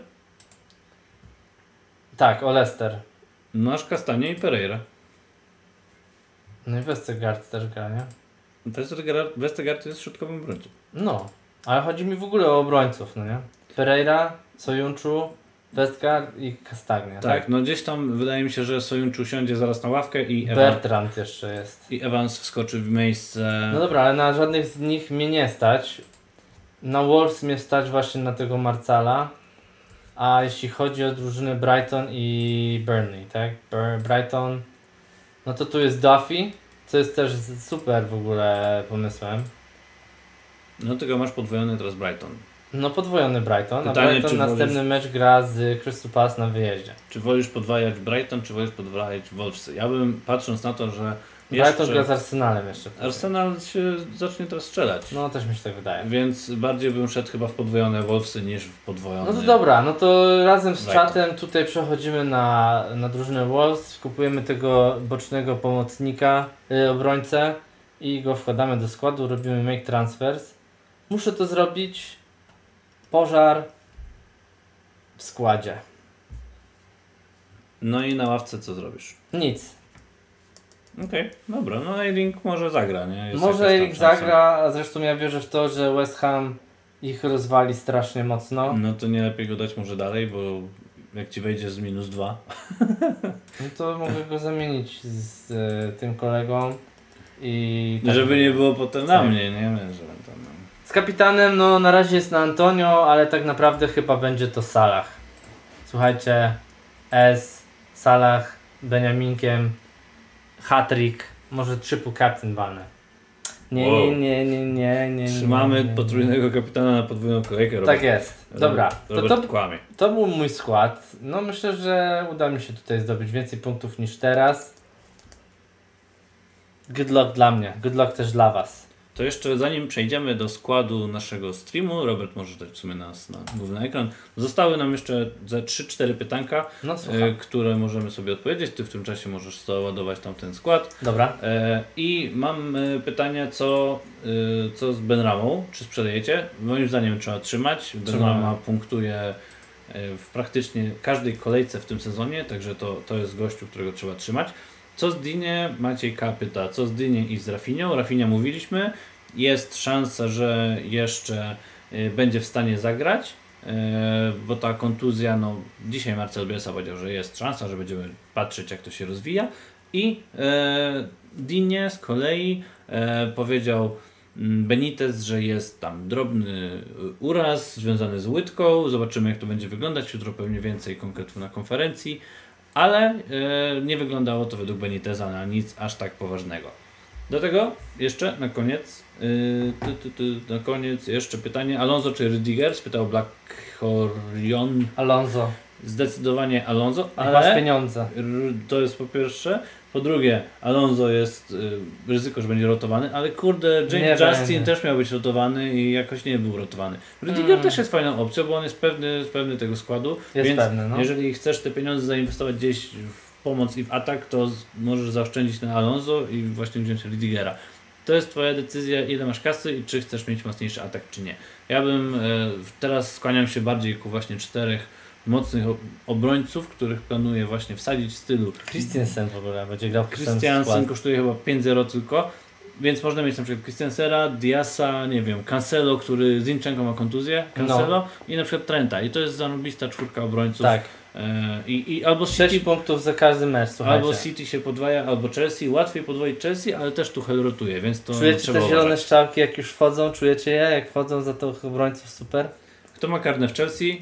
Tak, o Leicester. Masz Kastanie i Pereira. No i Westergaard też gra, nie? Westergaard jest środkowym obrońcą. No, ale chodzi mi w ogóle o obrońców, no nie? Pereira, Sojunczu, Westgar i Castagnia, Tak, no gdzieś tam wydaje mi się, że Sojunczu siądzie zaraz na ławkę i Bertrand jeszcze jest. I Evans wskoczy w miejsce. No dobra, ale na żadnych z nich mnie nie stać. Na Wolves mnie stać właśnie na tego Marcala. A jeśli chodzi o drużyny Brighton i Burnley, tak? Brighton, no to tu jest Duffy, co jest też super w ogóle pomysłem. No tylko masz podwojony teraz Brighton. No podwojony Brighton, Pytanie, a Brighton czy następny mecz gra z Crystal Palace na wyjeździe. Czy wolisz podwajać Brighton, czy wolisz podwajać Wolvesy? Ja bym, patrząc na to, że Brighton gra z Arsenalem jeszcze. Arsenal się zacznie teraz strzelać. No też mi się tak wydaje. Więc bardziej bym szedł chyba w podwojone Wolvesy niż w podwojone. No to dobra, no to razem z Brighton. czatem tutaj przechodzimy na drużynę Wolves, kupujemy tego bocznego pomocnika, obrońcę i go wkładamy do składu, robimy make transfers. Muszę to zrobić. Pożar w składzie. No i na ławce co zrobisz? Nic. Okej, dobra, no Eiling może zagra, nie? Jest Może jakaś tam Eiling szansa. zagra, a zresztą ja wierzę w to, że West Ham ich rozwali strasznie mocno. No to nie lepiej go dać może dalej, bo jak ci wejdzie z -2. No to mogę go zamienić z tym kolegą i... tak. Żeby nie było potem na Tak. mnie, nie? Że tam, no. Z kapitanem no na razie jest na Antonio, ale tak naprawdę chyba będzie to Salah. Słuchajcie, Salah, Beniaminkiem, hat-trick, może triple captain walnę. Wow. Nie. Trzymamy nie. potrójnego kapitana na podwójną kolejkę. Tak jest. Dobra, Robert kłamie. to był mój skład. No myślę, że uda mi się tutaj zdobyć więcej punktów niż teraz. Good luck dla mnie, good luck też dla was. To jeszcze zanim przejdziemy do składu naszego streamu, Robert może dać w sumie nas na główny ekran. Zostały nam jeszcze ze 3-4 pytanka, No słucham. które możemy sobie odpowiedzieć. Ty w tym czasie możesz załadować tam ten skład. Dobra. I mam pytanie, co z Benramą? Czy sprzedajecie? Moim zdaniem trzeba trzymać. Benrama punktuje w praktycznie każdej kolejce w tym sezonie, także to jest gościu, którego trzeba trzymać. Co z Dinie? Maciej K. pyta, co z Dinie i z Rafinhą? Rafinha mówiliśmy. Jest szansa, że jeszcze będzie w stanie zagrać, bo ta kontuzja, no dzisiaj Marcel Bielsa powiedział, że jest szansa, że będziemy patrzeć, jak to się rozwija. I Dinie z kolei powiedział Benitez, że jest tam drobny uraz związany z łydką. Zobaczymy, jak to będzie wyglądać. Jutro pewnie więcej konkretów na konferencji. Ale nie wyglądało to według Beniteza na nic aż tak poważnego. Do tego jeszcze na koniec jeszcze pytanie. Alonso czy Rüdiger? Spytał Black Horion. Alonso. Zdecydowanie Alonso, Masz ale pieniądze. to jest po pierwsze. Po drugie, Alonso jest ryzyko, że będzie rotowany, ale kurde, James Justin też miał być rotowany i jakoś nie był rotowany. Rüdiger też jest fajną opcją, bo on jest pewny tego składu, Jest więc pewny, no. jeżeli chcesz te pieniądze zainwestować gdzieś w pomoc i w atak, to możesz zaoszczędzić na Alonso i właśnie wziąć Rüdigera. To jest twoja decyzja, ile masz kasy i czy chcesz mieć mocniejszy atak, czy nie. Ja bym teraz skłaniam się bardziej ku właśnie 4 mocnych obrońców, których planuję właśnie wsadzić w stylu. Christensen w ogóle będzie grał w Christiansen kosztuje chyba 5-0 tylko, więc można mieć na przykład Christensena, Diasa, nie wiem, Cancelo, który Zinchenko ma kontuzję, Cancelo i na przykład Trenta i to jest zanobista 4 obrońców. Tak. I albo 6 City, punktów za każdy mecz, słuchajcie. albo City się podwaja, albo Chelsea, łatwiej podwoić Chelsea, ale też Tuchel rotuje, więc to Czujecie trzeba te zielone uważać. strzałki jak już wchodzą? Czujecie je jak wchodzą za tych obrońców super? Kto ma karnę w Chelsea?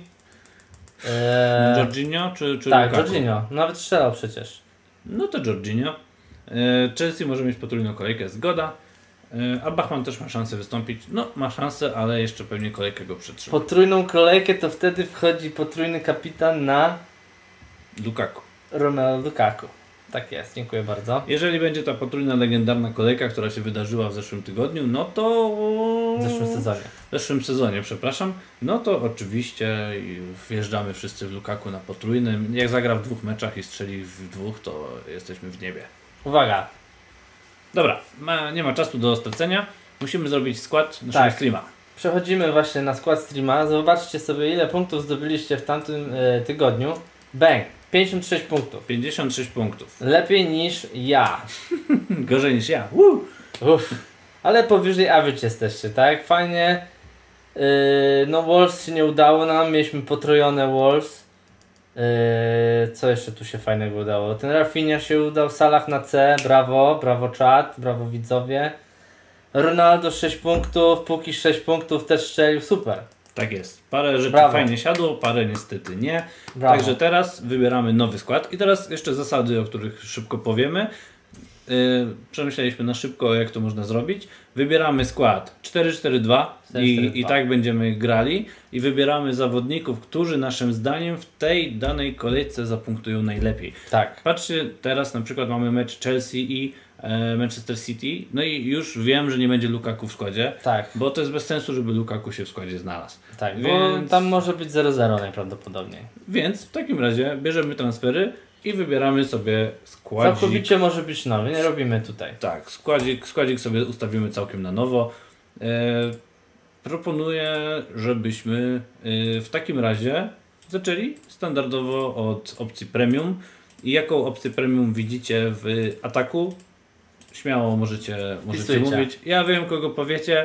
Jorginho czy tak, Lukaku? Jorginho. Nawet strzelał przecież. No to Jorginho. Chelsea może mieć potrójną kolejkę, zgoda. A Bachmann też ma szansę wystąpić. No, ma szansę, ale jeszcze pewnie kolejkę go przetrzyma. Potrójną kolejkę to wtedy wchodzi potrójny kapitan na Lukaku. Romelu Lukaku. Tak jest, dziękuję bardzo. Jeżeli będzie ta potrójna, legendarna kolejka, która się wydarzyła w zeszłym tygodniu, no to... W zeszłym sezonie. W zeszłym sezonie, przepraszam. No to oczywiście wjeżdżamy wszyscy w Lukaku na potrójnym. Jak zagra w 2 meczach i strzeli w 2, to jesteśmy w niebie. Uwaga. Dobra, nie ma czasu do stracenia. Musimy zrobić skład naszego streama. Przechodzimy właśnie na skład streama. Zobaczcie sobie, ile punktów zdobyliście w tamtym tygodniu. Bang! 56 punktów. 56 punktów. Lepiej niż ja. Gorzej niż ja. Uff. Ale powyżej average jesteście, tak? Fajnie. No Wolves się nie udało nam. Mieliśmy potrojone Wolves. Co jeszcze tu się fajnego udało? Ten Rafinha się udał, Salah na C, brawo, brawo czat, brawo widzowie. Ronaldo 6 punktów, Puki 6 punktów też strzelił, super. Tak jest. Parę rzeczy Brawo. fajnie siadło, parę niestety nie. Brawo. Także teraz wybieramy nowy skład. I teraz jeszcze zasady, o których szybko powiemy. Przemyśleliśmy na szybko, jak to można zrobić. Wybieramy skład 4-4-2 i tak będziemy grali. I wybieramy zawodników, którzy naszym zdaniem w tej danej kolejce zapunktują najlepiej. Tak. Patrzcie, teraz na przykład mamy mecz Chelsea i Manchester City. No i już wiem, że nie będzie Lukaku w składzie. Tak. Bo to jest bez sensu, żeby Lukaku się w składzie znalazł. Tak, Więc- bo tam może być 0-0 najprawdopodobniej. Więc w takim razie bierzemy transfery i wybieramy sobie składzik. Całkowicie może być nowy, nie robimy tutaj. Tak, składzik sobie ustawimy całkiem na nowo. Proponuję, żebyśmy w takim razie zaczęli standardowo od opcji premium. I jaką opcję premium widzicie w ataku? Śmiało możecie Wpisujcie. mówić. Ja wiem, kogo powiecie,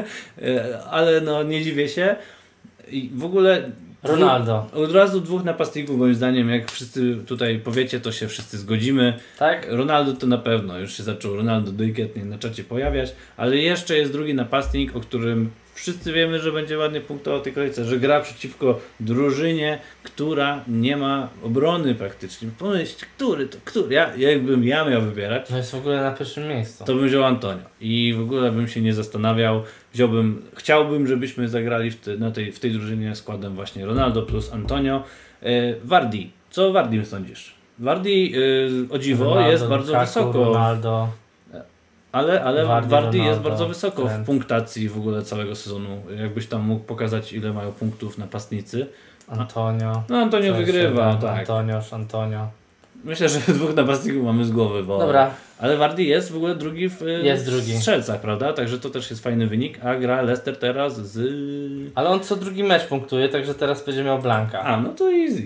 ale no nie dziwię się. I w ogóle Ronaldo, od razu dwóch napastników, moim zdaniem, jak wszyscy tutaj powiecie, to się wszyscy zgodzimy. tak? Ronaldo to na pewno, już się zaczął Ronaldo delikatnie na czacie pojawiać, ale jeszcze jest drugi napastnik, o którym wszyscy wiemy, że będzie ładnie punktował w tej kolejce, że gra przeciwko drużynie, która nie ma obrony praktycznie. Pomyślcie, który? Jakbym ja miał wybierać, No jest w ogóle na pierwszym miejscu. to bym wziął Antonio i w ogóle bym się nie zastanawiał. Chciałbym, żebyśmy zagrali w tej drużynie składem właśnie Ronaldo plus Antonio. Vardy. Co o Vardym sądzisz? Vardy o dziwo Ronaldo, jest bardzo Lukaku, wysoko, Ronaldo. ale Vardy, Vardy jest Ronaldo, bardzo wysoko Trent. w punktacji w ogóle całego sezonu. Jakbyś tam mógł pokazać, ile mają punktów napastnicy. Antonio. No Antonio wygrywa, tak. Antonio. Myślę, że dwóch napastników mamy z głowy, bo... Dobra, Ale Vardy jest w ogóle drugi w Jest drugi. strzelcach, prawda? Także to też jest fajny wynik, a gra Leicester teraz z... ale on co drugi mecz punktuje, także teraz będzie miał blanka. A, no to easy.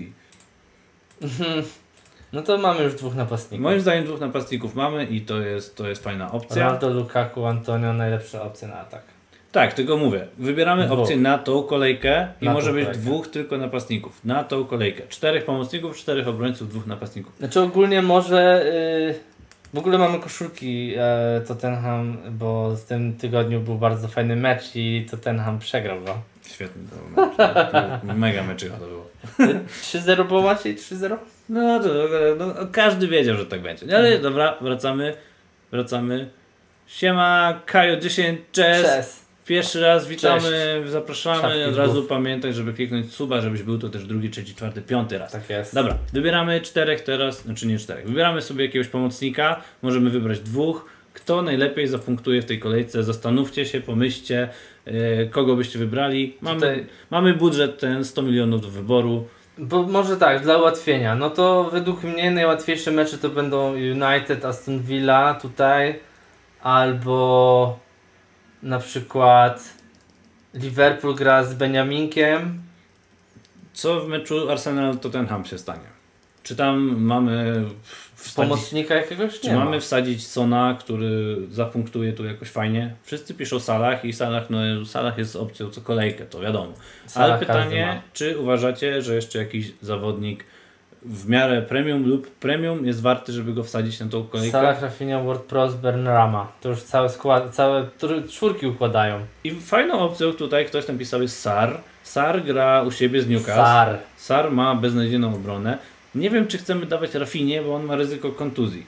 No to mamy już dwóch napastników. Moim zdaniem dwóch napastników mamy i to jest fajna opcja. Ronaldo, Lukaku, Antonio, najlepsze opcje na atak. Tak, tylko mówię. Wybieramy Dwóch. opcję na tą kolejkę i Na może tą być kolejkę. dwóch tylko napastników. Na tą kolejkę. 4 pomocników, 4 obrońców, 2 napastników. Znaczy ogólnie może... w ogóle mamy koszulki Tottenham, bo w tym tygodniu był bardzo fajny mecz i Tottenham przegrał go. Świetny to był mecz. Mega meczycha to było. 3-0 było Maciej? 3-0? No to każdy wiedział, że tak będzie. Ale dobra, wracamy. Siema, Kajo 10, cześć. Pierwszy raz witamy, zapraszamy. Szafki Od w razu głów. pamiętaj, żeby kliknąć suba, żebyś był to też drugi, trzeci, czwarty, piąty raz. Tak jest. Dobra, wybieramy 4 teraz, znaczy nie 4. Wybieramy sobie jakiegoś pomocnika, możemy wybrać 2. Kto najlepiej zapunktuje w tej kolejce? Zastanówcie się, pomyślcie, kogo byście wybrali. Mamy budżet ten 100 milionów do wyboru. Bo może tak, dla ułatwienia. No to według mnie najłatwiejsze mecze to będą United, Aston Villa tutaj, albo na przykład Liverpool gra z Beniaminkiem. Co w meczu Arsenal-Tottenham się stanie? Czy tam mamy wsadzić, Pomocnika jakiegoś czy nie mamy ma. wsadzić Sona, który zapunktuje tu jakoś fajnie? Wszyscy piszą Salah i Salah jest opcją co kolejkę, to wiadomo. Salah Ale każdy pytanie, ma. czy uważacie, że jeszcze jakiś zawodnik w miarę premium lub premium jest warty, żeby go wsadzić na tą kolejkę? Salah, Rafinha, Ward-Prowse, Benrahma. To już cały skład, całe czwórki układają. I fajną opcją tutaj ktoś napisał jest Sar. Sar gra u siebie z Newcastle. Sar. Sar ma beznadziejną obronę. Nie wiem, czy chcemy dawać Rafinie, bo on ma ryzyko kontuzji.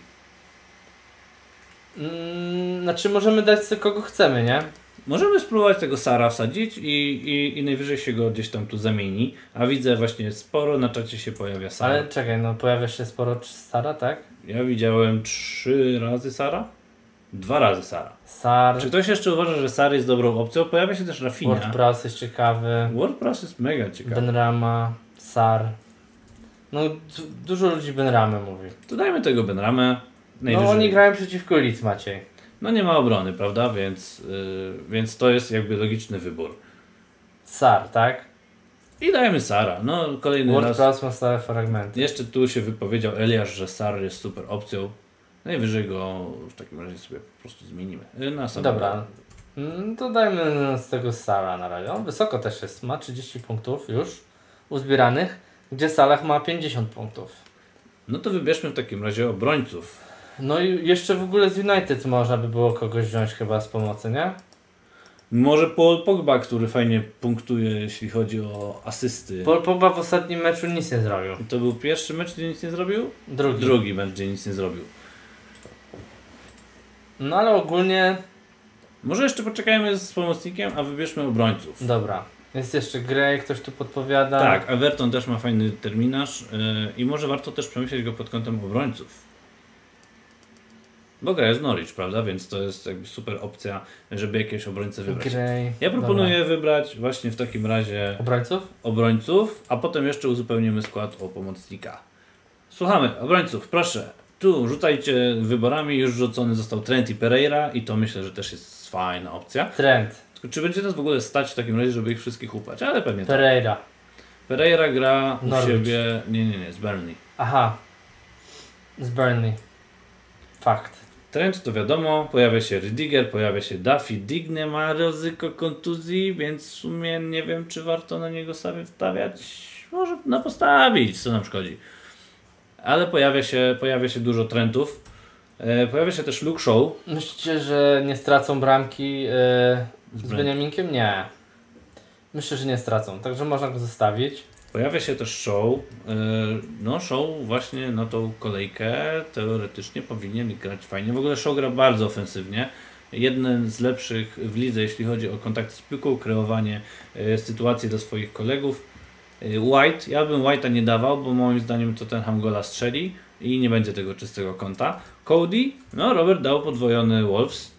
Znaczy możemy dać sobie kogo chcemy, nie? Możemy spróbować tego Sara wsadzić i najwyżej się go gdzieś tam tu zamieni. A widzę właśnie sporo na czacie się pojawia Sara. Ale czekaj, no pojawia się sporo Sara, tak? Ja widziałem 3 razy Sara? 2 razy Sara. Sar, Czy ktoś jeszcze uważa, że Sar jest dobrą opcją? Pojawia się też Rafinha. Ward-Prowse jest ciekawy. WordPress jest mega ciekawy. Benrahma, Sar. No dużo ludzi Benrahmy mówi. To dajmy tego Benramę. No oni grają przeciwko Leeds, Maciej. No nie ma obrony, prawda? Więc to jest jakby logiczny wybór. Sar, tak? I dajemy Sara. No kolejny raz. Ward-Prowse ma stałe fragmenty. Jeszcze tu się wypowiedział Eliasz, że Sar jest super opcją. Najwyżej go w takim razie sobie po prostu zmienimy. Na sam Dobra. To dajmy z tego Sara na razie. On wysoko też jest, ma 30 punktów już uzbieranych. gdzie Salah ma 50 punktów. No to wybierzmy w takim razie obrońców. No i jeszcze w ogóle z United można by było kogoś wziąć chyba z pomocy, nie? Może Paul Pogba, który fajnie punktuje, jeśli chodzi o asysty. Paul Pogba w ostatnim meczu nic nie zrobił. To był pierwszy mecz, gdzie nic nie zrobił? Drugi. Drugi mecz, gdzie nic nie zrobił. No ale ogólnie... Może jeszcze poczekajmy z pomocnikiem, a wybierzmy obrońców. Dobra. Jest jeszcze Gray, ktoś tu podpowiada. Tak, Everton też ma fajny terminarz i może warto też przemyśleć go pod kątem obrońców. Bo gra jest Norwich, prawda? Więc to jest jakby super opcja, żeby jakiegoś obrońcę wybrać. Gray. Ja proponuję wybrać właśnie w takim razie Obrońców, a potem jeszcze uzupełnimy skład o pomocnika. Słuchamy, obrońców, proszę. Tu rzucajcie wyborami, już rzucony został Trent i Pereira i to myślę, że też jest fajna opcja. Trent. Tylko czy będzie nas w ogóle stać w takim razie, żeby ich wszystkich upać? Ale pewnie Pereira. tak. Pereira gra u Norwich. siebie... Nie, z Burnley. Aha. Z Burnley. Fakt. Trent to wiadomo, pojawia się Rudiger, pojawia się Duffy, Digne ma ryzyko kontuzji, więc w sumie nie wiem, czy warto na niego sobie wstawiać. Może postawić, co nam szkodzi. Ale pojawia się dużo Trentów. Pojawia się też Luke Shaw. Myślicie, że nie stracą bramki z Beniaminkiem? Nie. Myślę, że nie stracą, także można go zostawić. Pojawia się też Shaw. No Shaw właśnie na tą kolejkę teoretycznie powinien grać fajnie. W ogóle Shaw gra bardzo ofensywnie. Jeden z lepszych w lidze, jeśli chodzi o kontakty z piłką, kreowanie sytuacji do swoich kolegów. White, ja bym White'a nie dawał, bo moim zdaniem Tottenham gola strzeli i nie będzie tego czystego kąta. Cody, no Robert dał podwojony Wolves,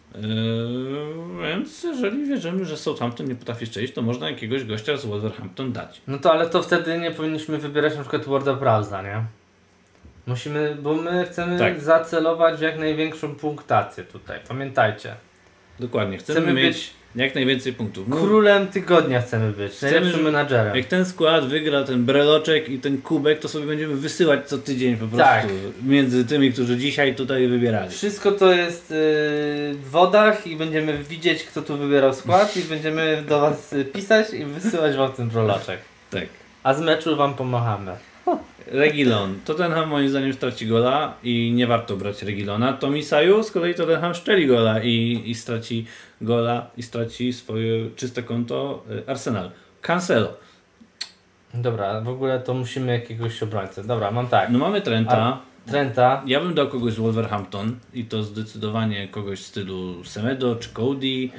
więc jeżeli wierzymy, że Southampton nie potrafi strzelić, to można jakiegoś gościa z Wolverhampton dać. No to ale to wtedy nie powinniśmy wybierać na przykład Warda Prowse'a, nie? Musimy, bo my chcemy zacelować w jak największą punktację tutaj, pamiętajcie. Dokładnie, chcemy mieć jak najwięcej punktów. Królem tygodnia chcemy być, najlepszym menadżerem. Jak ten skład wygra ten breloczek i ten kubek, to sobie będziemy wysyłać co tydzień po prostu między tymi, którzy dzisiaj tutaj wybierali. Wszystko to jest w wodach i będziemy widzieć, kto tu wybierał skład i będziemy do Was pisać i wysyłać Wam ten breloczek. Tak. A z meczu Wam pomachamy. Reguilon. Tottenham moim zdaniem straci gola i nie warto brać Reguilona. Tomisaju z kolei Tottenham szczeli gola i straci gola i straci swoje czyste konto Arsenal. Cancelo. Dobra, w ogóle to musimy jakiegoś obrońcę. Dobra, mam tak. No mamy Trenta. Trenta. Ja bym dał kogoś z Wolverhampton i to zdecydowanie kogoś w stylu Semedo czy Cody.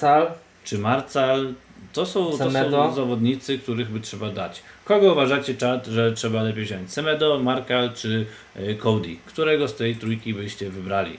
Marcal. To są zawodnicy, których by trzeba dać. Kogo uważacie, czat, że trzeba lepiej wziąć? Semedo, Marcal czy Cody? Którego z tej trójki byście wybrali?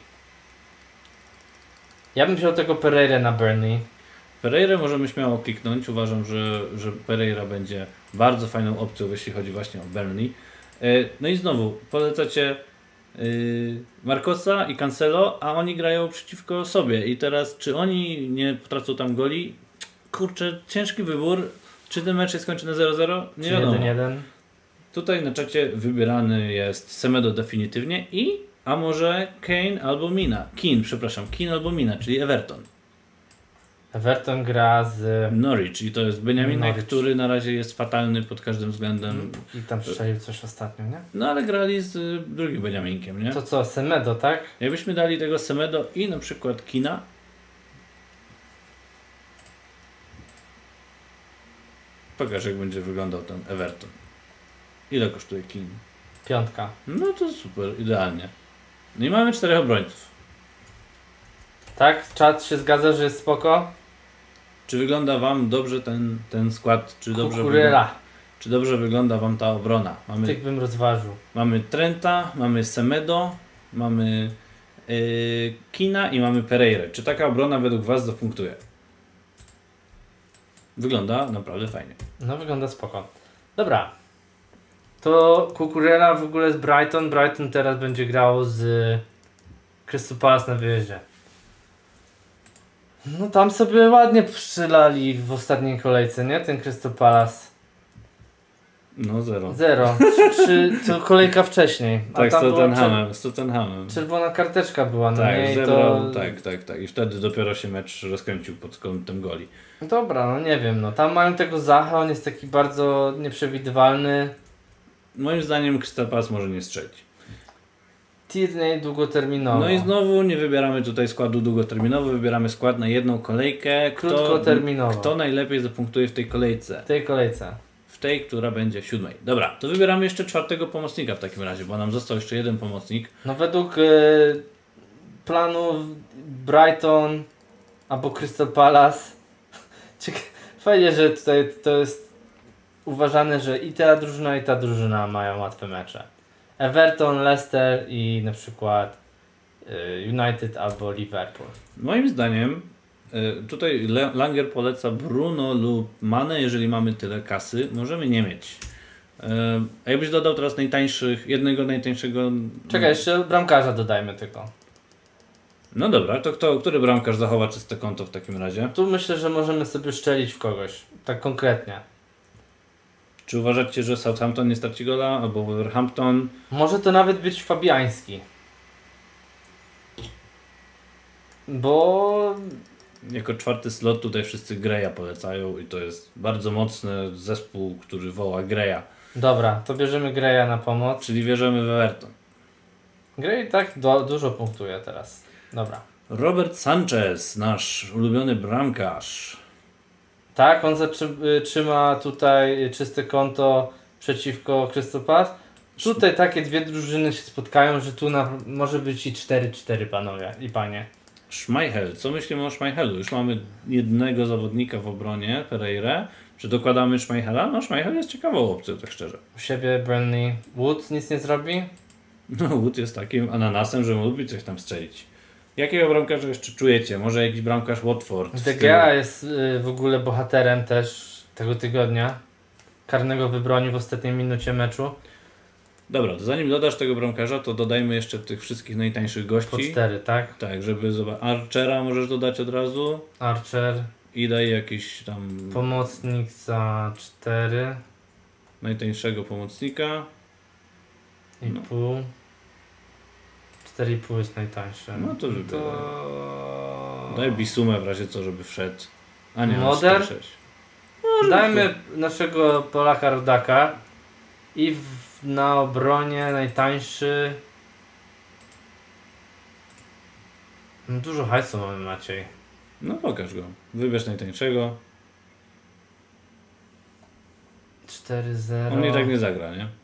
Ja bym wziął tego Pereira na Burnley. Pereira możemy śmiało kliknąć. Uważam, że Pereira będzie bardzo fajną opcją, jeśli chodzi właśnie o Burnley. No i znowu, polecacie Marcosa i Cancelo, a oni grają przeciwko sobie. I teraz, czy oni nie potracą tam goli? Kurczę, ciężki wybór. Czy ten mecz jest skończony 0-0? Nie wiadomo. 1-1. Tutaj na czacie wybierany jest Semedo definitywnie a może Keane albo albo Mina, czyli Everton. Everton gra z Norwich i to jest Beniaminek, który na razie jest fatalny pod każdym względem. I tam strzelił coś ostatnio, nie? No ale grali z drugim Beniaminkiem, nie? To co, Semedo, tak? Jakbyśmy dali tego Semedo i na przykład Keane'a. Pokaż, jak będzie wyglądał ten Everton. Ile kosztuje Keane? 5. No to super, idealnie. No i mamy 4 obrońców. Tak? Czat się zgadza, że jest spoko? Czy wygląda Wam dobrze ten skład? Czy dobrze wygląda Wam ta obrona? Tych bym rozważył. Mamy Trenta, mamy Semedo, mamy Keane'a i mamy Pereirę. Czy taka obrona według Was zapunktuje? Wygląda naprawdę fajnie. No wygląda spoko. Dobra. To Cucurella w ogóle z Brighton. Brighton teraz będzie grał z Crystal Palace na wyjeździe. No tam sobie ładnie strzelali w ostatniej kolejce, nie? Ten Crystal Palace. No 0. 0. To kolejka wcześniej. A tak, tam z Tottenhamem. Czerwona karteczka była, no tak, nie? I zebrał, tak. I wtedy dopiero się mecz rozkręcił pod kątem goli. Dobra, no nie wiem, no tam mają tego Zaha, on jest taki bardzo nieprzewidywalny. moim zdaniem Crystal Palace może nie strzelić. Tierney długoterminowo. No i znowu nie wybieramy tutaj składu długoterminowo, wybieramy skład na jedną kolejkę. Krótkoterminowo. Kto najlepiej zapunktuje w tej kolejce? W tej kolejce. W tej, która będzie 7. Dobra, to wybieramy jeszcze 4. pomocnika w takim razie, bo nam został jeszcze jeden pomocnik. No według planu Brighton albo Crystal Palace. Fajnie, że tutaj to jest uważane, że i ta drużyna mają łatwe mecze. Everton, Leicester i na przykład United albo Liverpool. Moim zdaniem tutaj Langer poleca Bruno lub Mane, jeżeli mamy tyle kasy, możemy nie mieć. A jakbyś dodał teraz jednego najtańszego... Czekaj, jeszcze bramkarza dodajmy tylko. No dobra, to który bramkarz zachowa czyste konto w takim razie? Tu myślę, że możemy sobie szczelić w kogoś, tak konkretnie. Czy uważacie, że Southampton nie straci gola, albo Wolverhampton? Może to nawet być Fabiański. Bo... Jako 4. slot tutaj wszyscy Greya polecają i to jest bardzo mocny zespół, który woła Greya. Dobra, to bierzemy Greya na pomoc. Czyli wierzymy w Everton. Grey tak dużo punktuje teraz. Dobra. Robert Sanchez, nasz ulubiony bramkarz. Tak, on trzyma tutaj czyste konto przeciwko Crystal Palace. Tutaj takie dwie drużyny się spotkają, że tu może być i 4-4 panowie i panie. Schmeichel. Co myślimy o Schmeichelu? Już mamy jednego zawodnika w obronie, Pereirę. Czy dokładamy Schmeichela? No Schmeichel jest ciekawą opcją, tak szczerze. U siebie Burnley. Wood nic nie zrobi? No Wood jest takim ananasem, że lubi coś tam strzelić. Jakiego bramkarza jeszcze czujecie? Może jakiś bramkarz Watford? De Gea jest w ogóle bohaterem też tego tygodnia. Karnego wybronił w ostatniej minucie meczu. Dobra, to zanim dodasz tego bramkarza, to dodajmy jeszcze tych wszystkich najtańszych gości. Po 4, tak? Tak, żeby zobaczyć. Archera możesz dodać od razu. Archer. I daj jakiś tam... Pomocnik za 4. Najtańszego pomocnika. I pół. 4,5 jest najtańsze. No to żeby... Daj Bisumę w razie co, żeby wszedł. A nie, Moder? 4,6. Dajmy naszego Polaka Rodaka. I na obronie najtańszy... No dużo hajsu mamy, Maciej. No pokaż go. Wybierz najtańszego. 4-0. On i tak nie zagra, nie?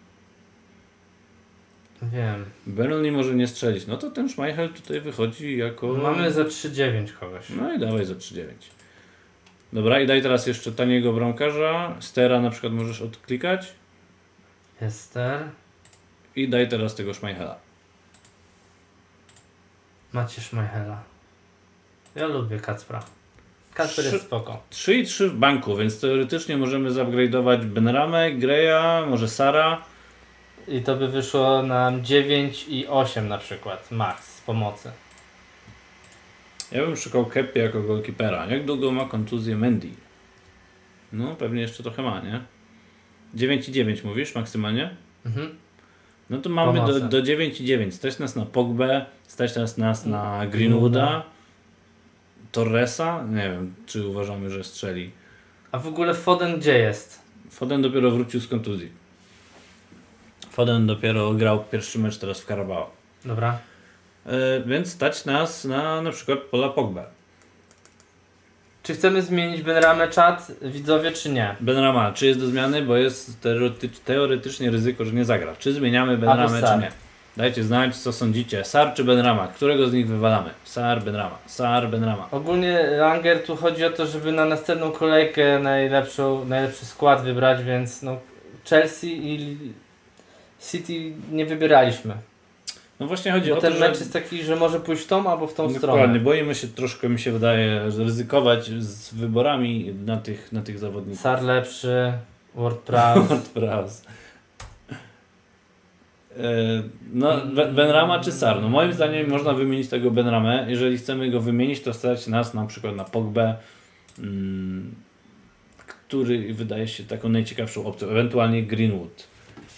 Wiem. Burnley może nie strzelić. No to ten Schmeichel tutaj wychodzi jako... Mamy za 3,9 kogoś. No i dawaj za 3,9. Dobra, i daj teraz jeszcze taniego bramkarza. Stera na przykład możesz odklikać. Ester. I daj teraz tego Schmeichela. Macie Schmeichela. Ja lubię Kacpra. Kacper jest spoko. 3,3 w banku, więc teoretycznie możemy zupgrade'ować Benramę, Greya, może Sara. I to by wyszło nam 9 i 8 na przykład. Max z pomocy. Ja bym szukał Keppy jako goalkeepera. Jak długo ma kontuzję Mendy? No pewnie jeszcze trochę ma, nie? 9,9 mówisz maksymalnie? Mhm. No to mamy do 9,9. Stać nas na Pogbę, stać nas na Greenwooda, Torresa. Nie wiem, czy uważamy, że strzeli. A w ogóle Foden gdzie jest? Foden dopiero wrócił z kontuzji. Foden dopiero grał pierwszy mecz teraz w Carabao. Dobra. Więc stać nas na przykład Paula Pogbę. Czy chcemy zmienić Benramę czat, widzowie, czy nie? Benrama, czy jest do zmiany? Bo jest teoretycznie ryzyko, że nie zagra. Czy zmieniamy Benramę, czy nie? Dajcie znać, co sądzicie. Sar czy Benrama? Którego z nich wywalamy? Sar, Benrama. Sar, Benrama. Ogólnie Langer tu chodzi o to, żeby na następną kolejkę najlepszy skład wybrać, więc no Chelsea i City nie wybieraliśmy. No właśnie chodzi bo o ten to, mecz jest taki, że może pójść w tą albo w tą stronę. Dokładnie, boimy się troszkę, mi się wydaje, że ryzykować z wyborami na tych zawodników. Sar lepszy, WordPress. WordPress. No, Benrama czy Sar? No moim zdaniem można wymienić tego Benramę. Jeżeli chcemy go wymienić, to stać nas na przykład na Pogbę, który wydaje się taką najciekawszą opcją. Ewentualnie Greenwood.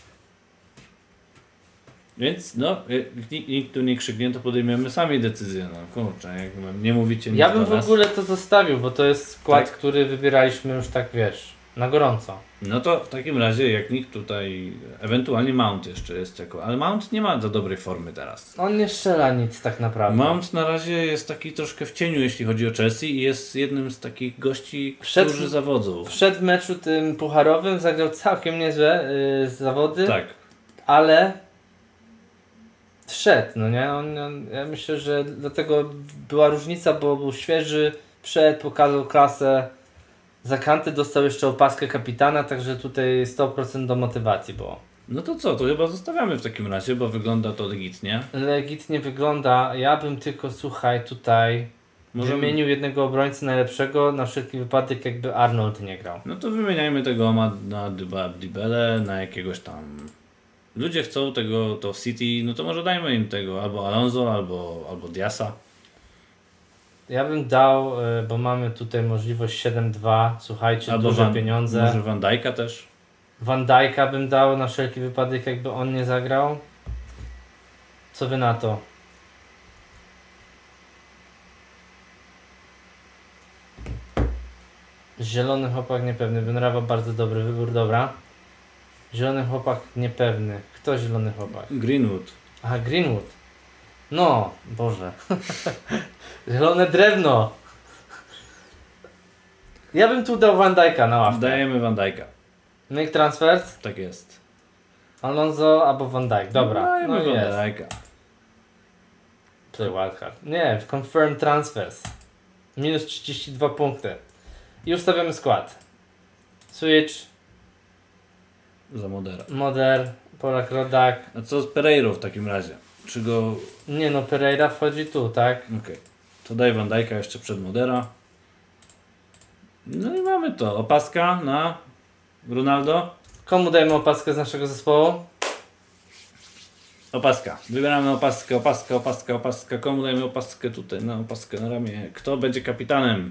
Więc no, nikt tu nie krzyknie, to podejmiemy sami decyzję. No kurczę, jak nie mówicie nic ja bym do nas. w ogóle to zostawił, bo to jest skład, tak? który wybieraliśmy już tak, wiesz, Na gorąco. No to w takim razie, jak nikt tutaj, ewentualnie Mount jeszcze jest jako, ale Mount nie ma za dobrej formy teraz. On nie strzela nic tak naprawdę. Mount na razie jest taki troszkę w cieniu, jeśli chodzi o Chelsea i jest jednym z takich gości, którzy zawodzą. Wszedł w meczu tym pucharowym, zagrał całkiem niezłe zawody, Tak. ale wszedł, no nie? Ja myślę, że dlatego była różnica, bo był świeży, wszedł, pokazał klasę. Za Kanty dostał jeszcze opaskę kapitana, także tutaj 100% do motywacji było. No to co, to chyba zostawiamy w takim razie, bo wygląda to legitnie. Legitnie wygląda. Ja bym tylko, słuchaj, tutaj wymienił jednego obrońcę najlepszego na wszelki wypadek, jakby Arnold nie grał. No to wymieniajmy tego na Dybele, na jakiegoś tam... Ludzie chcą tego, to w City, no to może dajmy im tego, albo Alonso, albo Diasa. Ja bym dał, bo mamy tutaj możliwość 7-2, słuchajcie, Albo duże pieniądze. Może Van Dijk'a też? Van Dijk'a bym dał na wszelki wypadek, jakby on nie zagrał. Co wy na to? Zielony chłopak niepewny. Benrawa bardzo dobry wybór, dobra. Zielony chłopak niepewny. Kto zielony chłopak? Greenwood. Aha, Greenwood. No, Boże. Zielone drewno. Ja bym tu dał Van Dijk'a na ławkę. Dajemy Van Dijk'a. Make transfers. Tak jest. Alonso albo Van Dijk. Dobra. Dajemy No Van jest. Dijk'a. Play wildcard. Nie, confirm transfers. Minus 32 punkty. I ustawiamy skład. Switch, Za Modera. Moder, Polak, Rodak. A co z Pereirą w takim razie? Czy go... Nie no, Pereira wchodzi tu, tak? Okej. To daj Van Dijk'a jeszcze przed Modera. No i mamy to. Opaska na Ronaldo. Komu dajemy opaskę z naszego zespołu? Opaska. Wybieramy opaskę. Komu dajemy opaskę tutaj? Na opaskę na ramię. Kto będzie kapitanem?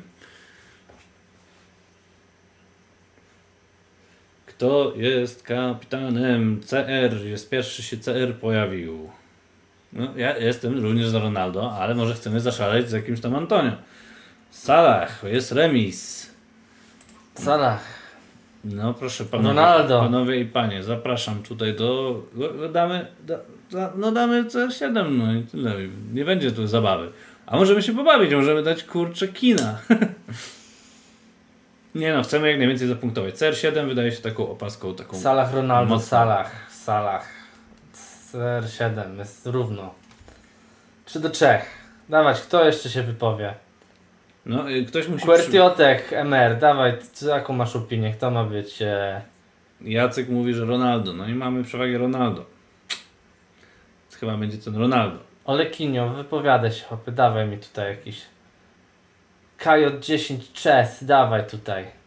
Kto jest kapitanem? CR. Jest pierwszy się CR pojawił. No, ja jestem również za Ronaldo, ale może chcemy zaszaleć z jakimś tam Antonio. Salah. Jest remis. Salah. No proszę panowie, Ronaldo. panowie i panie, zapraszam tutaj do... Damy C7, no i tyle. Nie będzie tu zabawy. A możemy się pobawić, możemy dać kurczę kina. Nie no, chcemy jak najwięcej zapunktować. CR7 wydaje się taką opaską, taką... Salah, Ronaldo, mocną. Salah. CR7 jest równo. 3-3. Dawać, kto jeszcze się wypowie? No, ktoś musi... Quertiotek, MR, dawaj, jaką masz opinię? Kto ma być? Jacek mówi, że Ronaldo. No i mamy przewagę Ronaldo. Chyba będzie ten Ronaldo. Olekinio, wypowiadaj się, chłopie, dawaj mi tutaj jakiś... KJ10 Chess, dawaj tutaj.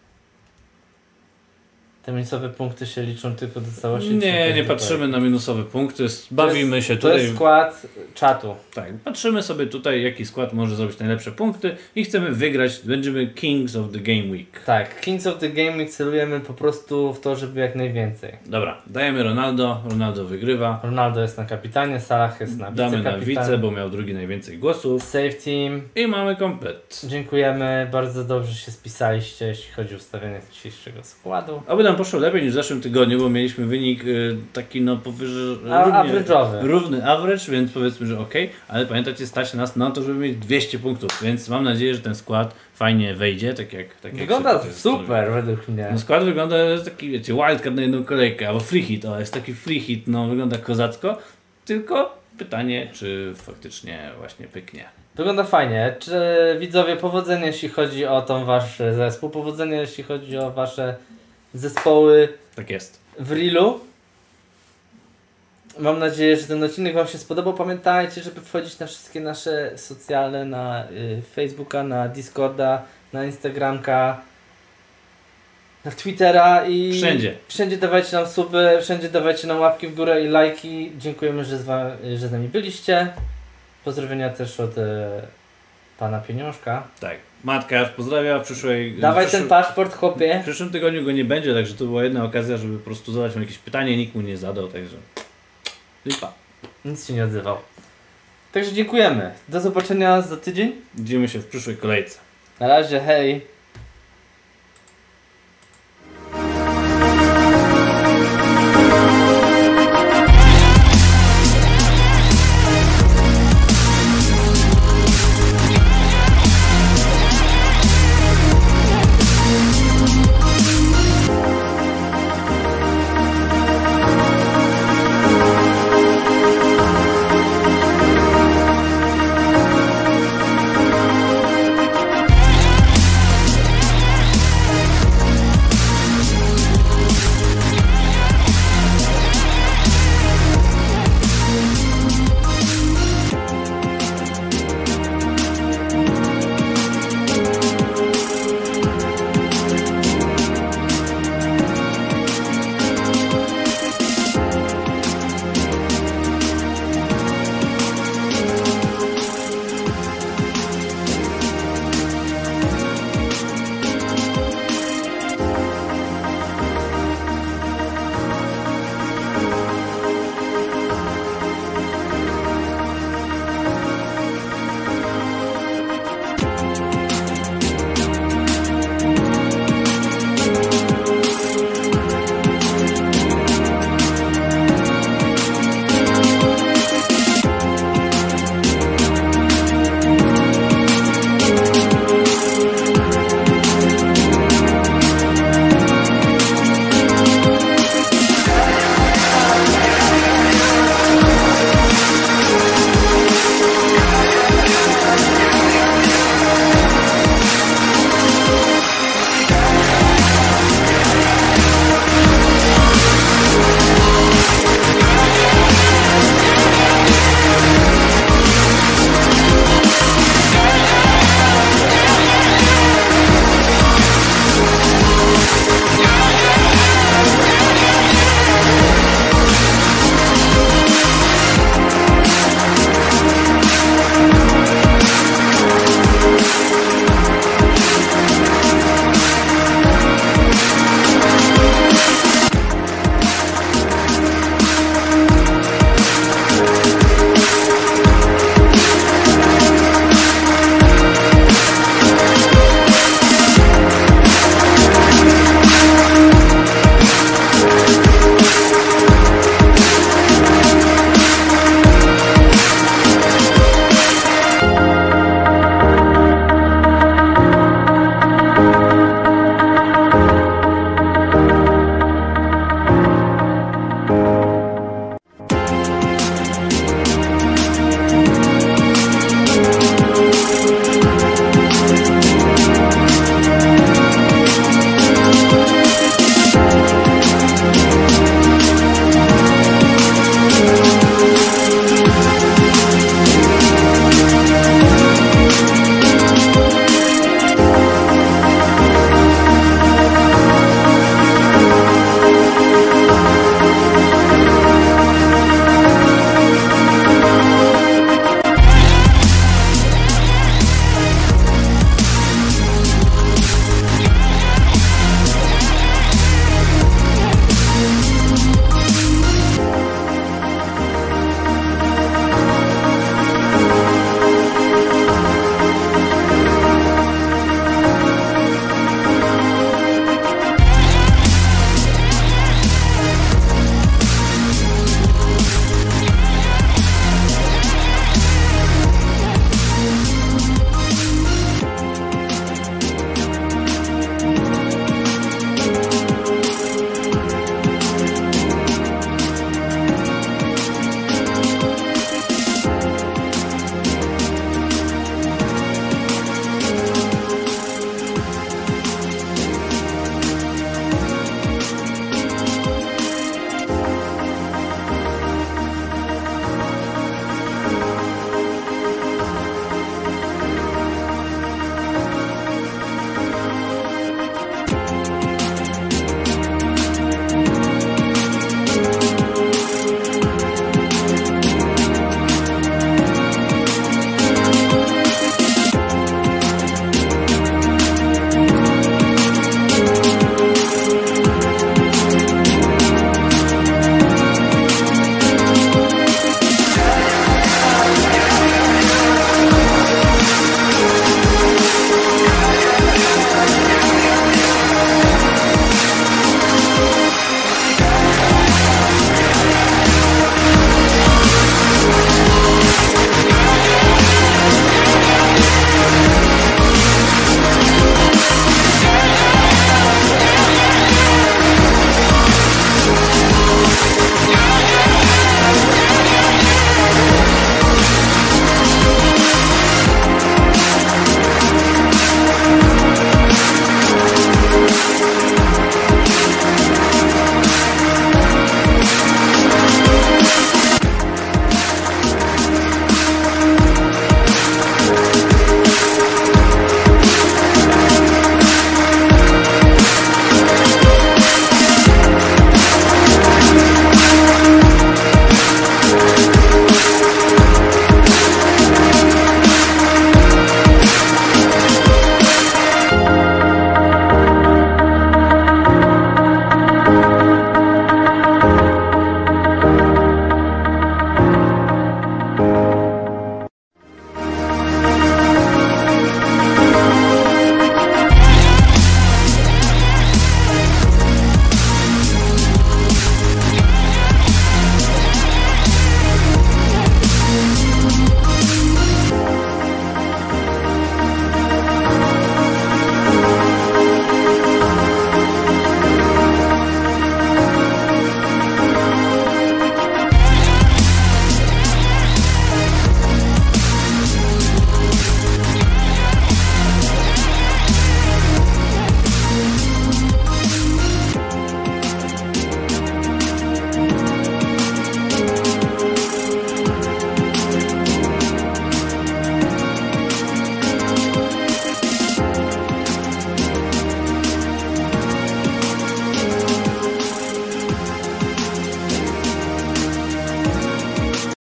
Te minusowe punkty się liczą tylko do całości? Nie patrzymy na minusowe punkty, bawimy się To tutaj. jest skład czatu. Tak, patrzymy sobie tutaj, jaki skład może zrobić najlepsze punkty i chcemy wygrać. Będziemy Kings of the Game Week. Tak, Kings of the Game Week celujemy po prostu w to, żeby jak najwięcej. Dobra, dajemy Ronaldo. Ronaldo wygrywa. Ronaldo jest na kapitanie, Salah jest na Damy na wicekapitan. wice, bo miał drugi najwięcej głosów. Save team. I mamy komplet. Dziękujemy, bardzo dobrze się spisaliście, jeśli chodzi o ustawienie dzisiejszego składu. Oby nam poszło lepiej niż w zeszłym tygodniu, bo mieliśmy wynik taki no powyżej... Average'owy. Równy average, więc powiedzmy, że ok, ale pamiętajcie, stać nas na to, żeby mieć 200 punktów, więc mam nadzieję, że ten skład fajnie wejdzie, tak jak Wygląda się tutaj super według mnie. No skład wygląda jest taki, wiecie, wildcard na jedną kolejkę, albo free hit, jest taki free hit, no wygląda kozacko, tylko pytanie, czy faktycznie właśnie pyknie. Wygląda fajnie. Czy widzowie, powodzenia jeśli chodzi o tą wasz zespół, powodzenia jeśli chodzi o wasze zespoły Tak jest. w Reelu. Mam nadzieję, że ten odcinek wam się spodobał. Pamiętajcie, żeby wchodzić na wszystkie nasze socjalne, na Facebooka, na Discorda, na Instagramka, na Twittera i Wszędzie. Wszędzie dawajcie nam suby, wszędzie dawajcie nam łapki w górę i lajki. Dziękujemy, że z nami byliście. Pozdrowienia też od pana Pieniążka. Tak. Matka już pozdrawia w przyszłej... Dawaj ten paszport, chłopie. W przyszłym tygodniu go nie będzie, także to była jedna okazja, żeby po prostu zadać mu jakieś pytanie, nikt mu nie zadał, także... Lipa. Nic się nie odzywał. Także dziękujemy. Do zobaczenia za tydzień. Widzimy się w przyszłej kolejce. Na razie, hej.